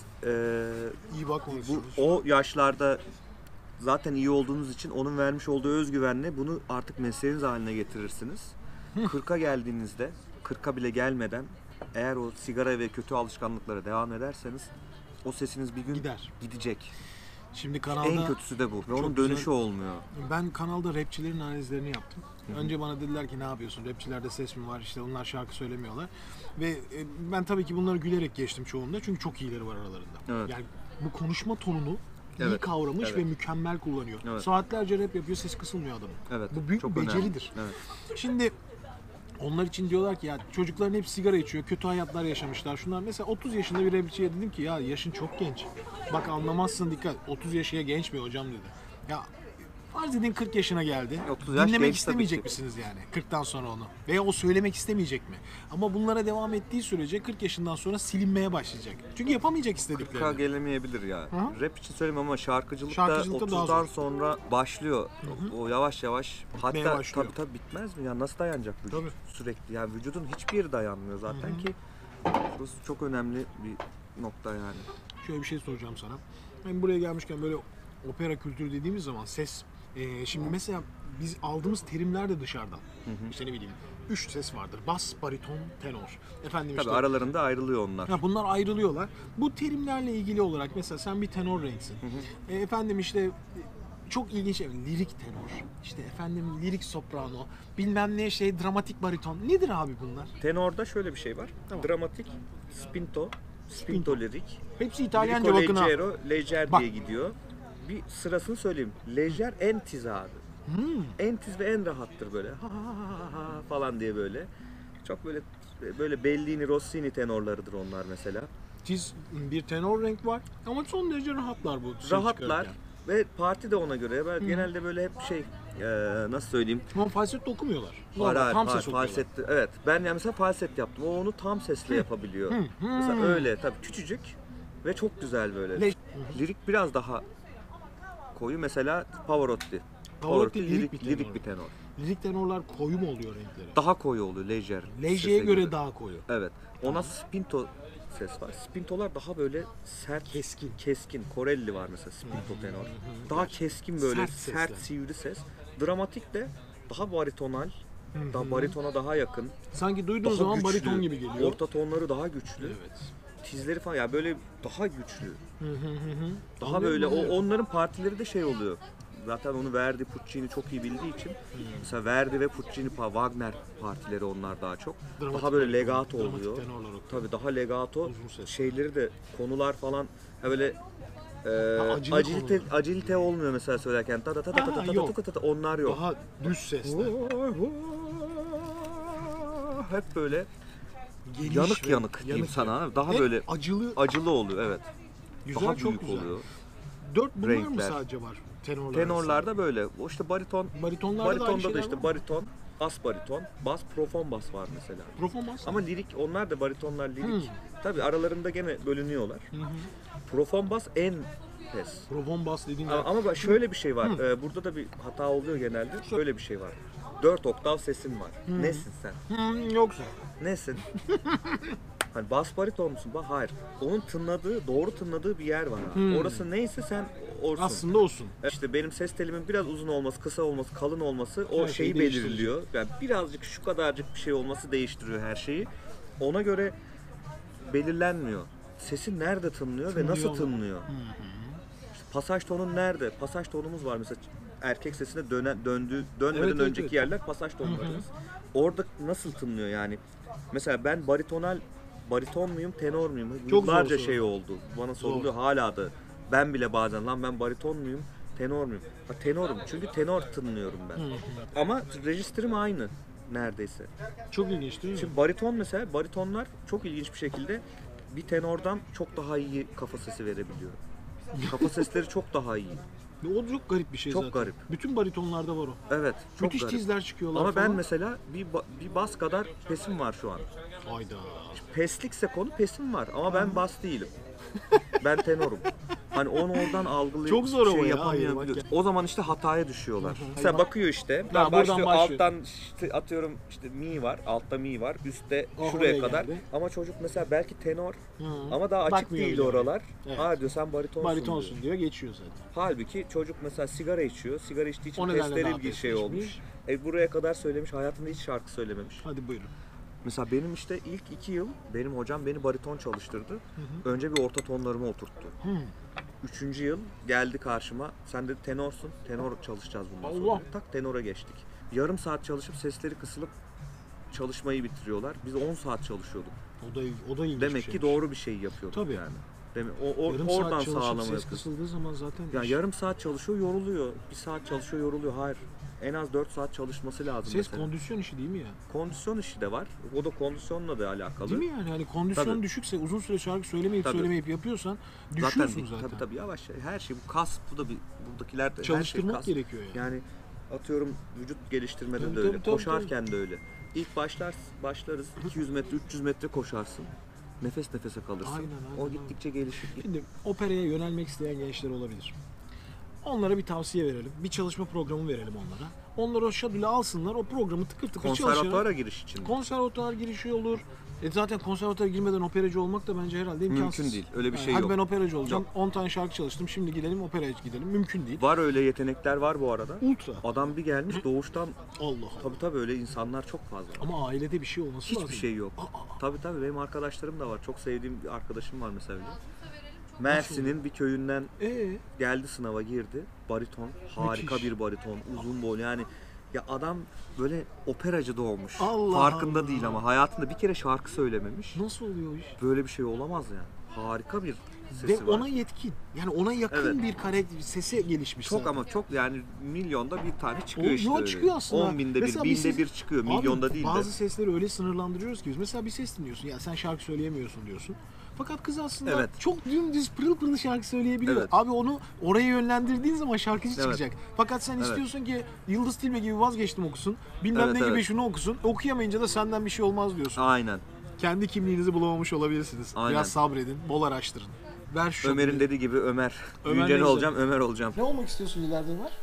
Speaker 4: İyi bakmalısınız.
Speaker 2: o yaşlarda zaten iyi olduğunuz için onun vermiş olduğu özgüvenle bunu artık mesleğiniz haline getirirsiniz. 40'a geldiğinizde, 40'a bile gelmeden eğer o sigara ve kötü alışkanlıklara devam ederseniz o sesiniz bir gün gidecek.
Speaker 4: Şimdi kanalda
Speaker 2: En kötüsü de bu. Ve onun
Speaker 4: güzel.
Speaker 2: dönüşü olmuyor.
Speaker 4: Ben kanalda rapçilerin analizlerini yaptım. Önce bana dediler ki ne yapıyorsun? Rapçilerde ses mi var? İşte onlar şarkı söylemiyorlar. Ve ben tabii ki bunları gülerek geçtim çoğunda. Çünkü çok iyileri var aralarında.
Speaker 2: Evet.
Speaker 4: Yani bu konuşma tonunu iyi
Speaker 2: Evet,
Speaker 4: kavramış
Speaker 2: evet.
Speaker 4: ve mükemmel kullanıyor.
Speaker 2: Evet.
Speaker 4: Saatlerce rap yapıyor, ses kısılmıyor adamın.
Speaker 2: Evet.
Speaker 4: Bu büyük
Speaker 2: çok
Speaker 4: bir
Speaker 2: önemli.
Speaker 4: beceridir.
Speaker 2: Evet.
Speaker 4: Şimdi onlar için diyorlar ki ya çocukların hep sigara içiyor, kötü hayatlar yaşamışlar. Şunlar mesela 30 yaşında bir rapçiye dedim ki ya yaşın çok genç. Bak anlamazsın dikkat. 30 yaşına genç mi hocam dedi. Ya farz edin 40 yaşına geldi.
Speaker 2: 30 yaş
Speaker 4: Dinlemek
Speaker 2: genç
Speaker 4: istemeyecek
Speaker 2: tabii ki.
Speaker 4: misiniz yani 40'tan sonra onu? Veya o söylemek istemeyecek mi? Ama bunlara devam ettiği sürece 40 yaşından sonra silinmeye başlayacak. Çünkü yapamayacak
Speaker 2: 40'a
Speaker 4: istediklerini.
Speaker 2: gelemeyebilir ya.
Speaker 4: Hı.
Speaker 2: Rap için söylemiyorum ama şarkıcılıkta
Speaker 4: Şarkıcılıkta daha
Speaker 2: 30'dan
Speaker 4: zor.
Speaker 2: sonra başlıyor. O yavaş yavaş hatta
Speaker 4: başlıyor.
Speaker 2: tabii bitmez mi ya, nasıl dayanacak vücut
Speaker 4: Tabii.
Speaker 2: sürekli, yani vücudun hiçbir yeri dayanmıyor zaten ki burası çok önemli bir nokta yani.
Speaker 4: Şöyle bir şey soracağım sana. Ben buraya gelmişken böyle opera kültürü dediğimiz zaman ses şimdi mesela biz aldığımız terimler de dışarıdan. İşte ne bileyim 3 ses vardır. Bas, bariton, tenor. Efendim
Speaker 2: Tabii
Speaker 4: işte
Speaker 2: aralarında ayrılıyor onlar.
Speaker 4: ya bunlar ayrılıyorlar. Bu terimlerle ilgili olarak mesela sen bir tenor renksin. Efendim işte çok ilginç lirik tenor. İşte efendim lirik soprano, bilmem ne şey dramatik bariton. Nedir abi bunlar?
Speaker 2: Tenorda şöyle bir şey var.
Speaker 4: Tamam.
Speaker 2: Dramatik, spinto lirik,
Speaker 4: Hepsi İtalyanca
Speaker 2: lirico
Speaker 4: bakın ha.
Speaker 2: leggero, leger
Speaker 4: Bak.
Speaker 2: diye gidiyor. Bir sırasını söyleyeyim. Leger en tiz abi. En tiz ve en rahattır böyle. Ha ha ha ha falan diye böyle. Çok böyle Bellini, Rossini tenorlarıdır onlar mesela.
Speaker 4: Siz bir tenor renk var ama son derece rahatlar bu. ses
Speaker 2: Rahatlar
Speaker 4: çıkarırken.
Speaker 2: ve parti de ona göre. Ben genelde böyle hep nasıl söyleyeyim?
Speaker 4: Ama falset okumuyorlar.
Speaker 2: Hayır,
Speaker 4: Normal, tam ses
Speaker 2: hayır,
Speaker 4: okuyorlar.
Speaker 2: falset, evet. Ben yani mesela falset yaptım. O onu tam sesle yapabiliyor. Mesela öyle tabii küçücük ve çok güzel böyle.
Speaker 4: Le-
Speaker 2: Lirik biraz daha koyu, mesela Pavarotti.
Speaker 4: Pavarotti lirik bir
Speaker 2: lirik
Speaker 4: tenor.
Speaker 2: bir tenor.
Speaker 4: Lirik tenorlar koyu mu oluyor renkleri?
Speaker 2: Daha koyu oluyor, leger.
Speaker 4: Lejye'ye
Speaker 2: sese
Speaker 4: göre daha koyu.
Speaker 2: Evet. Ona spinto ses var. Spintolar daha böyle sert, keskin. Corelli var mesela spinto tenor. Daha keskin böyle
Speaker 4: Sert
Speaker 2: sert,
Speaker 4: sesler.
Speaker 2: sivri ses. Dramatik de daha baritonal. Daha baritona daha yakın.
Speaker 4: Sanki duyduğun
Speaker 2: Daha
Speaker 4: zaman
Speaker 2: güçlü.
Speaker 4: bariton gibi geliyor.
Speaker 2: Orta tonları daha güçlü.
Speaker 4: Evet.
Speaker 2: Tizleri falan ya böyle daha güçlü. Daha
Speaker 4: Anlıyorum,
Speaker 2: böyle
Speaker 4: anlıyorum.
Speaker 2: onların partileri de şey oluyor. Zaten onu Verdi, Puccini çok iyi bildiği için mesela Verdi ve Puccini, Wagner partileri onlar daha çok.
Speaker 4: Dramatik
Speaker 2: daha böyle
Speaker 4: bariton,
Speaker 2: legato
Speaker 4: dramatik
Speaker 2: oluyor.
Speaker 4: tenorlar okuyor.
Speaker 2: Tabii daha legato
Speaker 4: Uzun ses.
Speaker 2: şeyleri de konular falan böyle
Speaker 4: acılı
Speaker 2: acilite olmuyor mesela söylerken. Ta ta ta ta ta ta ta
Speaker 4: yok.
Speaker 2: ta ta ta, onlar yok.
Speaker 4: Daha düz sesler.
Speaker 2: Hep böyle
Speaker 4: Geniş
Speaker 2: yanık
Speaker 4: ve
Speaker 2: yanık diyeyim sana. Daha
Speaker 4: Hep
Speaker 2: böyle
Speaker 4: acılı.
Speaker 2: acılı oluyor, evet.
Speaker 4: Güzel,
Speaker 2: Daha
Speaker 4: çok
Speaker 2: büyük
Speaker 4: güzel.
Speaker 2: oluyor.
Speaker 4: 4 bunlar mı
Speaker 2: renkler.
Speaker 4: sadece var?
Speaker 2: Tenorlarda böyle. O işte baritonda da
Speaker 4: Baritonda
Speaker 2: işte bariton, bas bariton, bas profon bas var mesela.
Speaker 4: Profon bas.
Speaker 2: Ama lirik, onlar da baritonlar lirik. Tabii aralarında gene bölünüyorlar. Profon bas en pes.
Speaker 4: Profon bas dediğin
Speaker 2: Ama bak şöyle bir şey var. Burada da bir hata oluyor genelde. Şöyle bir şey var. 4 oktav sesin var. Nesin sen?
Speaker 4: Yoksa.
Speaker 2: Nesin? Hani bas bariton musun? Bak hayır. Onun tınladığı, doğru tınladığı bir yer var. Orası neyse sen olsun.
Speaker 4: Aslında olsun.
Speaker 2: İşte benim ses telimin biraz uzun olması, kısa olması, kalın olması o
Speaker 4: Her şeyi
Speaker 2: şeyi
Speaker 4: değiştirecek.
Speaker 2: belirliyor. Yani birazcık şu kadarcık bir şey olması değiştiriyor her şeyi. Ona göre belirlenmiyor. Sesi nerede tınlıyor ve nasıl tınlıyor? İşte pasaj tonun nerede? Pasaj tonumuz var mesela erkek sesine dönmeden önceki yerler pasaj tonlarımız. Orada nasıl tınlıyor yani? Mesela ben bariton muyum, tenor muyum?
Speaker 4: Çok
Speaker 2: Yıllarca
Speaker 4: zor
Speaker 2: şey oldu. Bana soruluyor hala da. Ben bile bazen lan ben bariton muyum, tenor muyum? Ha, tenorum çünkü tenor tınlıyorum ben. Ama registrim aynı neredeyse.
Speaker 4: Çok ilginç değil mi?
Speaker 2: Şimdi bariton mesela, baritonlar çok ilginç bir şekilde bir tenordan çok daha iyi kafa sesi verebiliyor. Kafa sesleri çok daha iyi.
Speaker 4: O çok garip bir şey
Speaker 2: Çok
Speaker 4: zaten.
Speaker 2: garip.
Speaker 4: Bütün baritonlarda var o.
Speaker 2: Evet, çok
Speaker 4: Müthiş
Speaker 2: garip.
Speaker 4: tizler çıkıyorlar
Speaker 2: Ama
Speaker 4: falan.
Speaker 2: ben mesela bir bas kadar pesim var şu an.
Speaker 4: Hayda.
Speaker 2: Peslikse konu pesim var ama ben bas değilim. Ben tenorum. Hani onu oradan algılayıp
Speaker 4: Çok zor
Speaker 2: şey
Speaker 4: ama ya,
Speaker 2: yapamayabiliyor.
Speaker 4: hayır, bak
Speaker 2: O zaman işte hataya düşüyorlar. Mesela bakıyor işte.
Speaker 4: buradan
Speaker 2: Başlıyor,
Speaker 4: başlıyor.
Speaker 2: alttan işte atıyorum işte mi var, altta mi var, üstte
Speaker 4: Oh,
Speaker 2: şuraya
Speaker 4: oraya
Speaker 2: kadar.
Speaker 4: geldi.
Speaker 2: Ama çocuk mesela belki tenor ama daha açık
Speaker 4: Bakmıyor
Speaker 2: değil
Speaker 4: bile
Speaker 2: oralar.
Speaker 4: Evet.
Speaker 2: Ha diyor sen baritonsun diyor.
Speaker 4: Baritonsun diyor geçiyor zaten.
Speaker 2: Halbuki çocuk mesela sigara içiyor. Sigara içtiği için
Speaker 4: O nedenle
Speaker 2: testere
Speaker 4: daha
Speaker 2: bir şey
Speaker 4: pes
Speaker 2: olmuş.
Speaker 4: içmiş.
Speaker 2: Buraya kadar söylemiş, hayatında hiç şarkı söylememiş.
Speaker 4: Hadi buyurun.
Speaker 2: Mesela benim işte ilk 2 yıl benim hocam beni bariton çalıştırdı. Önce bir orta tonlarımı oturttu. 3. yıl geldi karşıma. Sen de tenorsun. Tenor çalışacağız bundan sonra.
Speaker 4: Allah!
Speaker 2: Tak tenora geçtik. Yarım saat çalışıp sesleri kısılıp çalışmayı bitiriyorlar. Biz 10 saat çalışıyorduk.
Speaker 4: O da ilginç
Speaker 2: Demek
Speaker 4: bir
Speaker 2: ki
Speaker 4: şeymiş.
Speaker 2: doğru bir şey yapıyorduk
Speaker 4: Tabii.
Speaker 2: yani. Demek
Speaker 4: Yarım
Speaker 2: oradan
Speaker 4: saat çalışıp
Speaker 2: sağlama
Speaker 4: ses
Speaker 2: yapıyorsun.
Speaker 4: kısıldığı zaman zaten
Speaker 2: Ya
Speaker 4: iş-
Speaker 2: yarım saat çalışıyor, yoruluyor. 1 saat çalışıyor, yoruluyor. Hayır. En az 4 saat çalışması lazım
Speaker 4: ses
Speaker 2: mesela.
Speaker 4: kondisyon işi değil mi ya?
Speaker 2: Kondisyon işi de var. O da kondisyonla da alakalı.
Speaker 4: Değil mi yani? Hani kondisyon
Speaker 2: Tabii.
Speaker 4: düşükse uzun süre şarkı söylemeyip
Speaker 2: Tabii.
Speaker 4: yapıyorsan düşüyorsun zaten.
Speaker 2: Tabii yavaş. Her şey bu kas, bu da bir buradakiler de
Speaker 4: Çalıştırmak
Speaker 2: her şey kas.
Speaker 4: gerekiyor yani.
Speaker 2: Yani atıyorum vücut geliştirmede
Speaker 4: Tabii,
Speaker 2: de öyle.
Speaker 4: tabii,
Speaker 2: Koşarken de öyle. İlk başlarız 200 metre 300 metre koşarsın. Nefes nefese kalırsın.
Speaker 4: Aynen,
Speaker 2: O
Speaker 4: aynen.
Speaker 2: gittikçe gelişir.
Speaker 4: Şimdi operaya yönelmek isteyen gençler olabilir. Onlara bir tavsiye verelim. Bir çalışma programı verelim onlara. Onlar o şadülü alsınlar, o programı tıkır tıkır çalışarak.
Speaker 2: Konservatuara giriş için.
Speaker 4: Konservatuar girişi olur. Zaten konservatuara girmeden operacı olmak da bence herhalde imkansız.
Speaker 2: Mümkün değil. Öyle bir şey
Speaker 4: Hadi
Speaker 2: yok.
Speaker 4: ben operacı olacağım.
Speaker 2: Yok.
Speaker 4: 10 tane şarkı çalıştım. Şimdi gidelim operaya gidelim. Mümkün değil.
Speaker 2: Var öyle yetenekler var bu arada.
Speaker 4: Ultra.
Speaker 2: Adam bir gelmiş doğuştan
Speaker 4: Allah Allah.
Speaker 2: tabii öyle insanlar çok fazla.
Speaker 4: Ama ailede bir şey olması lazım.
Speaker 2: Hiçbir şey yok. Tabii benim arkadaşlarım da var. Çok sevdiğim bir arkadaşım var mesela öyle. Mersin'in bir köyünden geldi, sınava girdi. Bariton, harika
Speaker 4: Müthiş.
Speaker 2: bir bariton, uzun boylu yani. Ya adam böyle operacı doğmuş.
Speaker 4: Allah
Speaker 2: Farkında
Speaker 4: Allah.
Speaker 2: değil ama hayatında bir kere şarkı söylememiş.
Speaker 4: Nasıl oluyor o iş?
Speaker 2: Böyle bir şey olamaz yani. Harika bir
Speaker 4: Ve
Speaker 2: sesi var.
Speaker 4: ona yetkin. Yani ona yakın
Speaker 2: Evet.
Speaker 4: bir karakter, sesi gelişmiş
Speaker 2: Çok
Speaker 4: zaten.
Speaker 2: ama çok yani milyonda bir tane çıkıyor işte
Speaker 4: Yo,
Speaker 2: öyle.
Speaker 4: çıkıyor aslında.
Speaker 2: 10 binde bir,
Speaker 4: Mesela
Speaker 2: binde
Speaker 4: ses-
Speaker 2: bir çıkıyor.
Speaker 4: Abi,
Speaker 2: Milyonda değil de.
Speaker 4: bazı sesleri öyle sınırlandırıyoruz ki biz. Mesela bir ses dinliyorsun. Ya sen şarkı söyleyemiyorsun diyorsun. Fakat kız aslında
Speaker 2: Evet.
Speaker 4: çok dümdüz pırıl pırıl şarkı söyleyebiliyor.
Speaker 2: Evet.
Speaker 4: Abi onu oraya yönlendirdiğin zaman şarkıcı
Speaker 2: Evet.
Speaker 4: çıkacak. Fakat sen
Speaker 2: Evet.
Speaker 4: istiyorsun ki Yıldız Tilbe gibi vazgeçtim okusun. Bilmem
Speaker 2: Evet,
Speaker 4: ne gibi
Speaker 2: evet.
Speaker 4: şunu okusun. Okuyamayınca da senden bir şey olmaz diyorsun.
Speaker 2: Aynen.
Speaker 4: Kendi kimliğinizi bulamamış olabilirsiniz.
Speaker 2: Aynen.
Speaker 4: Biraz sabredin, bol araştırın. Ver şu
Speaker 2: Ömer'in dediği gibi Ömer.
Speaker 4: Ömer
Speaker 2: Büyünce
Speaker 4: ne
Speaker 2: ne
Speaker 4: güzel.
Speaker 2: olacağım? Ömer olacağım.
Speaker 4: Ne olmak istiyorsun ileride Ömer?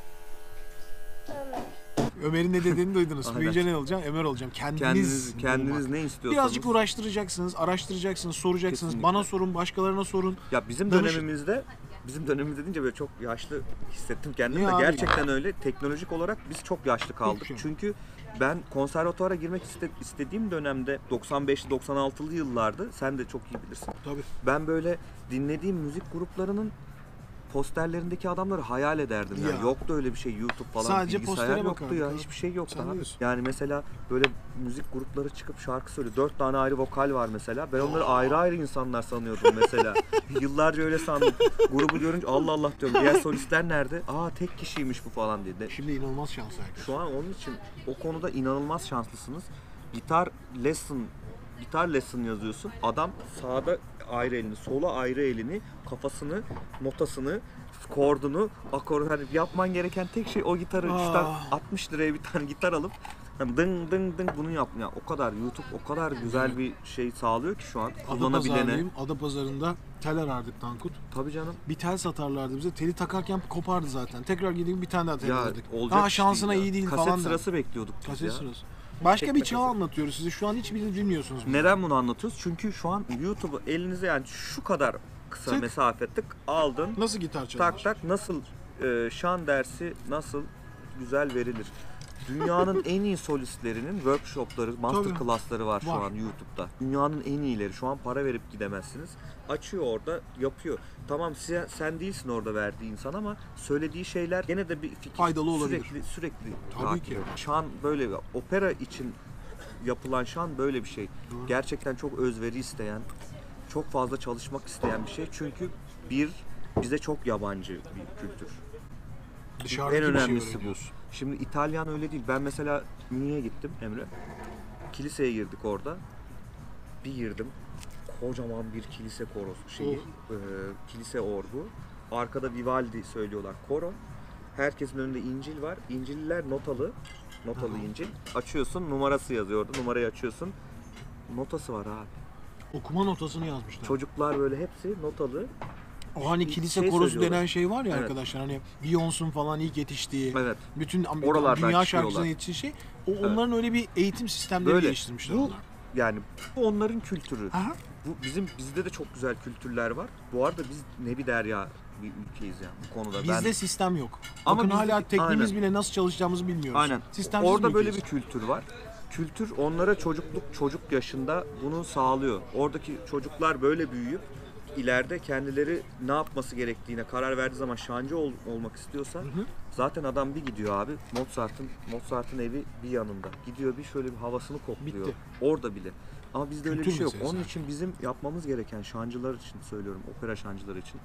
Speaker 4: Ömer'in ne dediğini duydunuz.
Speaker 2: Aynen.
Speaker 4: Büyüyünce ne olacağım? Ömer olacağım. Kendiniz
Speaker 2: Kendiniz ne istiyorsanız.
Speaker 4: Birazcık uğraştıracaksınız, araştıracaksınız, soracaksınız.
Speaker 2: Kesinlikle.
Speaker 4: Bana sorun, başkalarına sorun.
Speaker 2: Ya bizim
Speaker 4: Danışın.
Speaker 2: dönemimizde deyince böyle çok yaşlı hissettim kendimi
Speaker 4: Niye
Speaker 2: de
Speaker 4: abi?
Speaker 2: gerçekten öyle. Teknolojik olarak biz çok yaşlı kaldık.
Speaker 4: Hiçbir şey.
Speaker 2: Çünkü ben konservatuara girmek istediğim dönemde 95'li 96'lı yıllardı. Sen de çok iyi bilirsin.
Speaker 4: Tabii.
Speaker 2: Ben böyle dinlediğim müzik gruplarının posterlerindeki adamları hayal ederdim. Yani
Speaker 4: Ya.
Speaker 2: yoktu öyle bir şey, YouTube falan,
Speaker 4: Sadece
Speaker 2: bilgisayar
Speaker 4: postere
Speaker 2: yoktu
Speaker 4: bakardık
Speaker 2: ya.
Speaker 4: abi.
Speaker 2: Hiçbir şey yoktu
Speaker 4: Sen
Speaker 2: abi.
Speaker 4: diyorsun.
Speaker 2: Yani mesela böyle müzik grupları çıkıp şarkı söylüyor. 4 tane ayrı vokal var mesela. Ben onları ayrı ayrı insanlar sanıyordum mesela. Yıllarca öyle sandım. Grubu görünce Allah Allah diyorum. Diğer solistler nerede? Aa tek kişiymiş bu falan dedi.
Speaker 4: Şimdi inanılmaz şanslı herkes.
Speaker 2: Şu an onun için o konuda inanılmaz şanslısınız. Gitar lesson yazıyorsun. Adam sağda ayrı elini, sola ayrı elini, kafasını, notasını kordunu, akoru, hani yapman gereken tek şey o gitarı üstten 60 liraya bir tane gitar alıp hani dın dın dın bunu yap. Yani o kadar YouTube o kadar güzel bir şey sağlıyor ki şu an kullanabilene.
Speaker 4: Adapazarı'ndayım. Adapazarı'nda tel arardık Tankut.
Speaker 2: Tabii canım.
Speaker 4: Bir tel satarlardı bize. Teli takarken kopardı zaten. Tekrar gidip bir tane daha tel
Speaker 2: Ya
Speaker 4: alırdık.
Speaker 2: olacak iş
Speaker 4: şansına
Speaker 2: değil ya.
Speaker 4: iyi değil
Speaker 2: Kaset
Speaker 4: falan.
Speaker 2: sırası bekliyorduk biz
Speaker 4: Kaset
Speaker 2: ya.
Speaker 4: sırası. Başka
Speaker 2: Çekme
Speaker 4: bir çağ
Speaker 2: kaset.
Speaker 4: anlatıyoruz size. Şu an hiç bilmiyorsunuz. bunu.
Speaker 2: Neden bunu anlatıyoruz? Çünkü şu an YouTube'u elinize yani şu kadar kısa
Speaker 4: Tık.
Speaker 2: mesafe tık aldın.
Speaker 4: Nasıl gitar çalınır?
Speaker 2: Tak tak nasıl şan dersi nasıl güzel verilir. Dünyanın en iyi solistlerinin workshopları, master class'ları var şu
Speaker 4: Var.
Speaker 2: an YouTube'da. Dünyanın en iyileri. Şu an para verip gidemezsiniz. Açıyor orada, yapıyor. Tamam sen değilsin orada verdiği insan ama söylediği şeyler gene de bir fikir.
Speaker 4: Faydalı olabilir.
Speaker 2: Sürekli
Speaker 4: Tabii
Speaker 2: takip
Speaker 4: ki.
Speaker 2: ediyor. Şan böyle, opera için yapılan şan böyle bir şey.
Speaker 4: Doğru.
Speaker 2: Gerçekten çok özveri isteyen, çok fazla çalışmak isteyen bir şey. Çünkü bize çok yabancı bir kültür.
Speaker 4: Dışarıdaki
Speaker 2: En
Speaker 4: bir şey
Speaker 2: önemlisi bu.
Speaker 4: öğreniyorsun.
Speaker 2: Şimdi İtalyan öyle değil. Ben mesela Münih'e gittim Emre. Kiliseye girdik orada. Bir girdim. Kocaman bir kilise korosu şeyi. Kilise orgu. Arkada Vivaldi söylüyorlar koro. Herkesin önünde İncil var. İncil'liler notalı. Notalı İncil. Açıyorsun, numarası yazıyor orada. Numarayı açıyorsun. Notası var abi.
Speaker 4: Okuma notasını yazmışlar.
Speaker 2: Çocuklar böyle hepsi notalı.
Speaker 4: O hani kilise
Speaker 2: şey
Speaker 4: korosu
Speaker 2: söylüyorlar.
Speaker 4: denen şey var ya
Speaker 2: Evet.
Speaker 4: arkadaşlar, hani Beyoncé'un falan ilk yetiştiği,
Speaker 2: Evet.
Speaker 4: bütün
Speaker 2: Oralardan
Speaker 4: dünya
Speaker 2: çıkıyorlar.
Speaker 4: şarkısına yetiştiği şey, onların öyle bir eğitim sistemleri
Speaker 2: Böyle.
Speaker 4: geliştirmişler
Speaker 2: Bu-
Speaker 4: onlar.
Speaker 2: Yani bu onların kültürü.
Speaker 4: Aha.
Speaker 2: Bizde de çok güzel kültürler var. Bu arada biz ne bir derya bir ülkeyiz yani bu konuda.
Speaker 4: Bizde sistem yok.
Speaker 2: Ama
Speaker 4: Bakın
Speaker 2: bizde-
Speaker 4: hala tekniğimiz
Speaker 2: aynen.
Speaker 4: bile nasıl çalışacağımızı bilmiyoruz.
Speaker 2: Aynen.
Speaker 4: Sistemsiz
Speaker 2: Orada böyle
Speaker 4: ülkeyiz.
Speaker 2: bir kültür var. Kültür onlara çocuk yaşında bunu sağlıyor. Oradaki çocuklar böyle büyüyüp ileride kendileri ne yapması gerektiğine karar verdiği zaman şancı olmak istiyorsa zaten adam bir gidiyor abi. Mozart'ın evi bir yanında. Gidiyor bir şöyle bir havasını kokluyor.
Speaker 4: Bitti.
Speaker 2: Orada bile. Ama bizde öyle bir
Speaker 4: Kültür
Speaker 2: şey yok.
Speaker 4: meselesi.
Speaker 2: Onun için bizim yapmamız gereken şancılar için söylüyorum, opera şancıları için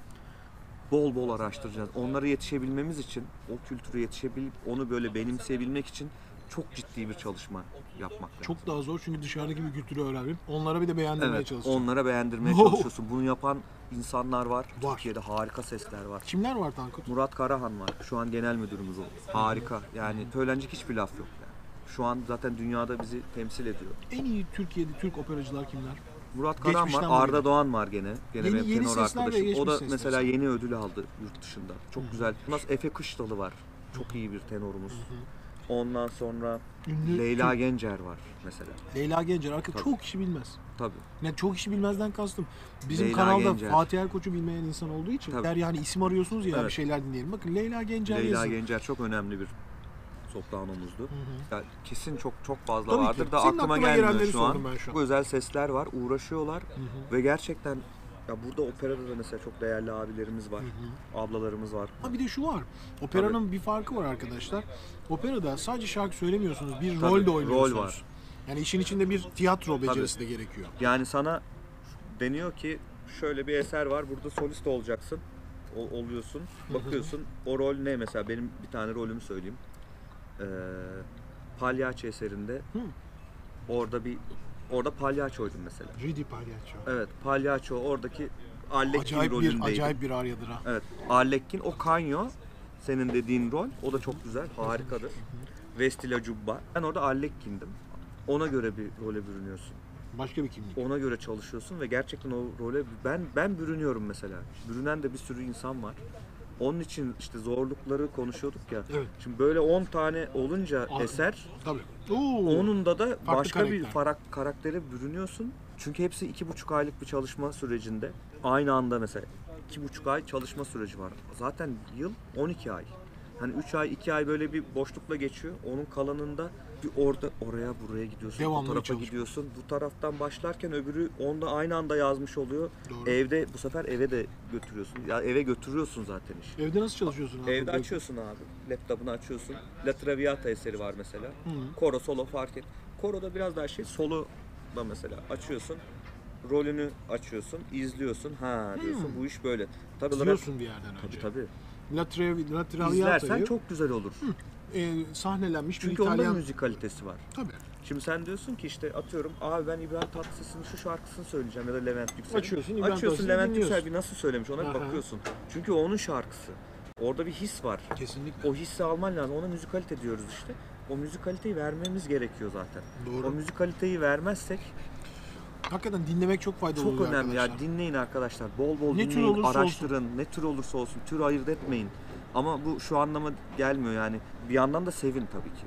Speaker 2: bol bol araştıracağız. Onlara yetişebilmemiz için, o kültüre yetişebilip onu böyle benimseyebilmek için çok ciddi bir çalışma yapmak lazım.
Speaker 4: Çok daha zor çünkü dışarıdaki bir kültürü öğrenip onlara bir de beğendirmeye
Speaker 2: Evet,
Speaker 4: çalışacağım.
Speaker 2: onlara beğendirmeye
Speaker 4: Oh.
Speaker 2: çalışıyorsun. Bunu yapan insanlar var.
Speaker 4: Var.
Speaker 2: Türkiye'de harika sesler var.
Speaker 4: Kimler var Tankut?
Speaker 2: Murat Karahan var. Şu an genel müdürümüz o. Harika. Yani söylenecek hiçbir laf yok yani. Şu an zaten dünyada bizi temsil ediyor.
Speaker 4: En iyi Türkiye'de Türk operacılar kimler?
Speaker 2: Murat Karahan var,
Speaker 4: Geçmişten
Speaker 2: Arda
Speaker 4: bugüne.
Speaker 2: Doğan var gene. Gene
Speaker 4: Yeni-
Speaker 2: benim
Speaker 4: yeni
Speaker 2: tenor
Speaker 4: sesler ve
Speaker 2: arkadaşım. O
Speaker 4: geçmiş
Speaker 2: da
Speaker 4: sesler.
Speaker 2: mesela yeni ödül aldı yurt dışında. Çok güzel. Nasıl Efe Kışlalı var. Çok iyi bir tenorumuz. Ondan sonra
Speaker 4: Ünlü
Speaker 2: Leyla
Speaker 4: Türk-
Speaker 2: Gencer var mesela.
Speaker 4: Leyla Gencer.
Speaker 2: Tabii.
Speaker 4: Çok kişi bilmez.
Speaker 2: Tabii.
Speaker 4: Yani çok kişi bilmezden kastım. Bizim
Speaker 2: Leyla
Speaker 4: kanalda
Speaker 2: Gencer.
Speaker 4: Fatih Erkoç'u bilmeyen insan olduğu için
Speaker 2: Tabii.
Speaker 4: eğer yani isim arıyorsunuz ya
Speaker 2: Evet.
Speaker 4: bir şeyler dinleyelim. Bakın Leyla Gencer
Speaker 2: Leyla
Speaker 4: yazın.
Speaker 2: Gencer çok önemli bir sopranomuzdu. Ya kesin çok fazla
Speaker 4: Tabii ki.
Speaker 2: vardır da
Speaker 4: Senin
Speaker 2: aklıma
Speaker 4: aklına
Speaker 2: gelmiyor
Speaker 4: gelenleri
Speaker 2: şu an.
Speaker 4: sordum ben şu an.
Speaker 2: Çok özel sesler var, uğraşıyorlar ve gerçekten ya burada operada da mesela çok değerli abilerimiz var, ablalarımız var.
Speaker 4: Ha bir de şu var. Operanın bir farkı var arkadaşlar. Operada sadece şarkı söylemiyorsunuz. Bir
Speaker 2: Tabii,
Speaker 4: rol de
Speaker 2: rol
Speaker 4: oynuyorsunuz.
Speaker 2: var.
Speaker 4: Yani işin içinde bir tiyatro becerisi de gerekiyor.
Speaker 2: Yani sana deniyor ki şöyle bir eser var, burada solist olacaksın, oluyorsun, bakıyorsun o rol ne mesela benim bir tane rolümü söyleyeyim. Palyaço eserinde orada palyaçoydum mesela.
Speaker 4: Ridi Palyaço.
Speaker 2: Evet, palyaço oradaki Arlekin rolündeydim.
Speaker 4: Acayip bir aryadır ha.
Speaker 2: Evet, Arlekin o Kanyo senin dediğin rol. O da çok güzel, harikadır. Vestila Cubba. Ben orada Arlekin'dim. Ona göre bir role bürünüyorsun.
Speaker 4: Başka bir kimlik.
Speaker 2: Ona göre çalışıyorsun ve gerçekten o role ben bürünüyorum mesela. Bürünen de bir sürü insan var. Onun için işte zorlukları konuşuyorduk ya.
Speaker 4: Evet.
Speaker 2: Şimdi böyle 10 tane olunca
Speaker 4: Aa,
Speaker 2: eser,
Speaker 4: Tabii. Oo.
Speaker 2: onunda da başka bir
Speaker 4: karakter.
Speaker 2: karaktere bürünüyorsun. Çünkü hepsi 2,5 aylık bir çalışma sürecinde. Aynı anda mesela 2,5 ay çalışma süreci var. Zaten yıl 12 ay. Hani 3 ay, 2 ay böyle bir boşlukla geçiyor. Onun kalanında bir oraya buraya gidiyorsun.
Speaker 4: Devamlı
Speaker 2: bu
Speaker 4: bir
Speaker 2: tarafa
Speaker 4: çalışma.
Speaker 2: gidiyorsun. Bu taraftan başlarken öbürü onda aynı anda yazmış oluyor.
Speaker 4: Doğru.
Speaker 2: Evde bu sefer eve de götürüyorsun. Ya eve götürüyorsun zaten işi.
Speaker 4: Evde nasıl çalışıyorsun abi?
Speaker 2: Evde açıyorsun abi. Laptopunu açıyorsun. La Traviata eseri var mesela.
Speaker 4: Hı.
Speaker 2: Koro, solo fark et. Koro'da biraz daha solo da mesela açıyorsun. Rolünü açıyorsun, izliyorsun. Ha diyorsun bu iş böyle. Tabii
Speaker 4: İzliyorsun bir yerden
Speaker 2: Tabii
Speaker 4: önce.
Speaker 2: tabii.
Speaker 4: La
Speaker 2: İzlersen
Speaker 4: Traviata'yı
Speaker 2: çok güzel olur.
Speaker 4: sahnelenmiş
Speaker 2: Çünkü
Speaker 4: bir
Speaker 2: onda
Speaker 4: İtalyan...
Speaker 2: müzik kalitesi var.
Speaker 4: Tabii.
Speaker 2: Şimdi sen diyorsun ki işte atıyorum abi ben İbrahim Tatlıses'in şu şarkısını söyleyeceğim ya da Levent Yüksel'in.
Speaker 4: Açıyorsun, İbrahim
Speaker 2: Açıyorsun
Speaker 4: Tatlıses'i
Speaker 2: Levent
Speaker 4: dinliyorsun.
Speaker 2: Yüksel bir nasıl söylemiş ona bir
Speaker 4: Aha.
Speaker 2: bakıyorsun. Çünkü o onun şarkısı. Orada bir his var.
Speaker 4: Kesinlikle.
Speaker 2: O hissi alman lazım. Ona müzikalite diyoruz işte. O müzikaliteyi vermemiz gerekiyor zaten.
Speaker 4: Doğru.
Speaker 2: O müzikaliteyi vermezsek
Speaker 4: Hakikaten dinlemek çok faydalı
Speaker 2: çok
Speaker 4: oluyor
Speaker 2: önemli
Speaker 4: arkadaşlar.
Speaker 2: ya. Dinleyin arkadaşlar. Bol bol
Speaker 4: Ne tür
Speaker 2: dinleyin,
Speaker 4: olursa
Speaker 2: araştırın. Ne tür olursa olsun. Tür ayırt etmeyin. Ama bu şu anlama gelmiyor yani. Bir yandan da sevin tabii ki.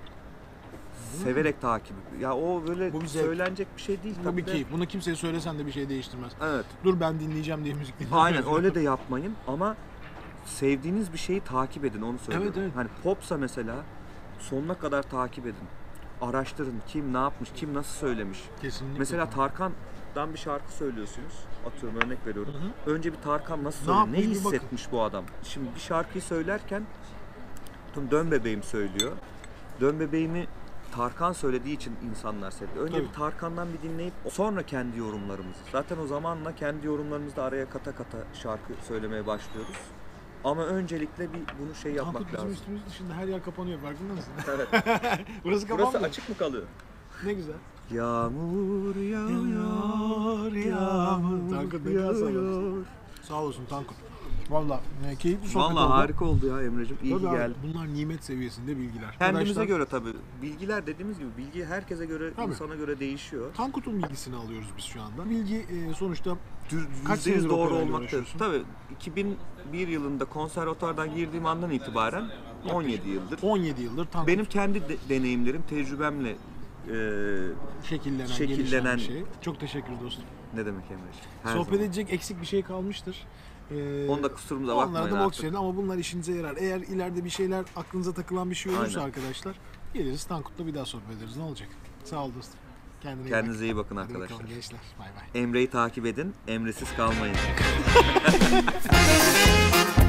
Speaker 2: Severek takip. Ya o böyle
Speaker 4: Bu bir zevk.
Speaker 2: söylenecek bir şey değil
Speaker 4: Bu
Speaker 2: tabii
Speaker 4: bir
Speaker 2: de.
Speaker 4: keyif. Bunu kimseye söylesen de bir şey değiştirmez.
Speaker 2: Evet.
Speaker 4: Dur ben dinleyeceğim diye müzik dinliyorum.
Speaker 2: Aynen öyle de yapmayın ama sevdiğiniz bir şeyi takip edin onu söylüyorum.
Speaker 4: Evet, evet.
Speaker 2: Hani popsa mesela sonuna kadar takip edin. Araştırın kim ne yapmış, kim nasıl söylemiş.
Speaker 4: Kesinlikle.
Speaker 2: Mesela Tarkan'dan bir şarkı söylüyorsunuz. Atıyorum örnek veriyorum. Önce bir Tarkan nasıl
Speaker 4: Ne
Speaker 2: söylüyor? Ne
Speaker 4: yapmış bir bakın.
Speaker 2: hissetmiş bu adam? Şimdi bir şarkıyı söylerken Dön Bebeğim söylüyor. Dön Bebeğimi Tarkan söylediği için insanlar sevdi. Önce
Speaker 4: Tabii.
Speaker 2: bir Tarkan'dan bir dinleyip sonra kendi yorumlarımızı. Zaten o zamanla kendi yorumlarımızı da araya kata kata şarkı söylemeye başlıyoruz. Ama öncelikle bir bunu yapmak
Speaker 4: Tankut bizim
Speaker 2: lazım.
Speaker 4: üstümüz dışında her yer kapanıyor farkında mısın?
Speaker 2: Evet.
Speaker 4: Burası kapanmıyor.
Speaker 2: Burası açık mı kalıyor?
Speaker 4: Ne güzel.
Speaker 2: Yağmur yağıyor,
Speaker 4: yağmur Tankut ne kadar sağ olasın. Sağ olasın Tankut. Valla keyifli sohbet oldu.
Speaker 2: Vallahi harika oldu ya Emre'cim. İyi ki
Speaker 4: Tabii abi,
Speaker 2: geldin.
Speaker 4: bunlar nimet seviyesinde bilgiler.
Speaker 2: Kendimize
Speaker 4: Arkadaşlar,
Speaker 2: göre tabii. Bilgiler dediğimiz gibi bilgi herkese göre,
Speaker 4: Tabii.
Speaker 2: insana göre değişiyor.
Speaker 4: Tankut'un bilgisini alıyoruz biz şu anda. Bilgi sonuçta Kaç
Speaker 2: %100
Speaker 4: senedir
Speaker 2: doğru
Speaker 4: operayla
Speaker 2: olmakta.
Speaker 4: uğraşıyorsun?
Speaker 2: Tabii 2001 yılında konservatuardan girdiğim andan itibaren 17 yıldır.
Speaker 4: 17 yıldır Tankut
Speaker 2: Benim kendi deneyimlerim, tecrübemle
Speaker 4: şekillenen,
Speaker 2: şekillenen-
Speaker 4: gelişen bir şey. Çok teşekkür dostum.
Speaker 2: ne demek Emre'ciğim? Her
Speaker 4: Sohbet
Speaker 2: zaman.
Speaker 4: edecek eksik bir şey kalmıştır.
Speaker 2: Onda kusurumuza bakmayın
Speaker 4: Onlara da boks
Speaker 2: artık.
Speaker 4: verin ama bunlar işinize yarar. Eğer ileride bir şeyler aklınıza takılan bir şey olursa
Speaker 2: Aynen.
Speaker 4: arkadaşlar geliriz Tankut'la bir daha sohbet ederiz. Ne olacak? Sağ ol dostum. Kendine
Speaker 2: Kendinize iyi bakın
Speaker 4: Hadi
Speaker 2: arkadaşlar.
Speaker 4: bakalım gençler. Bay bay.
Speaker 2: Emre'yi takip edin, Emre'siz kalmayın.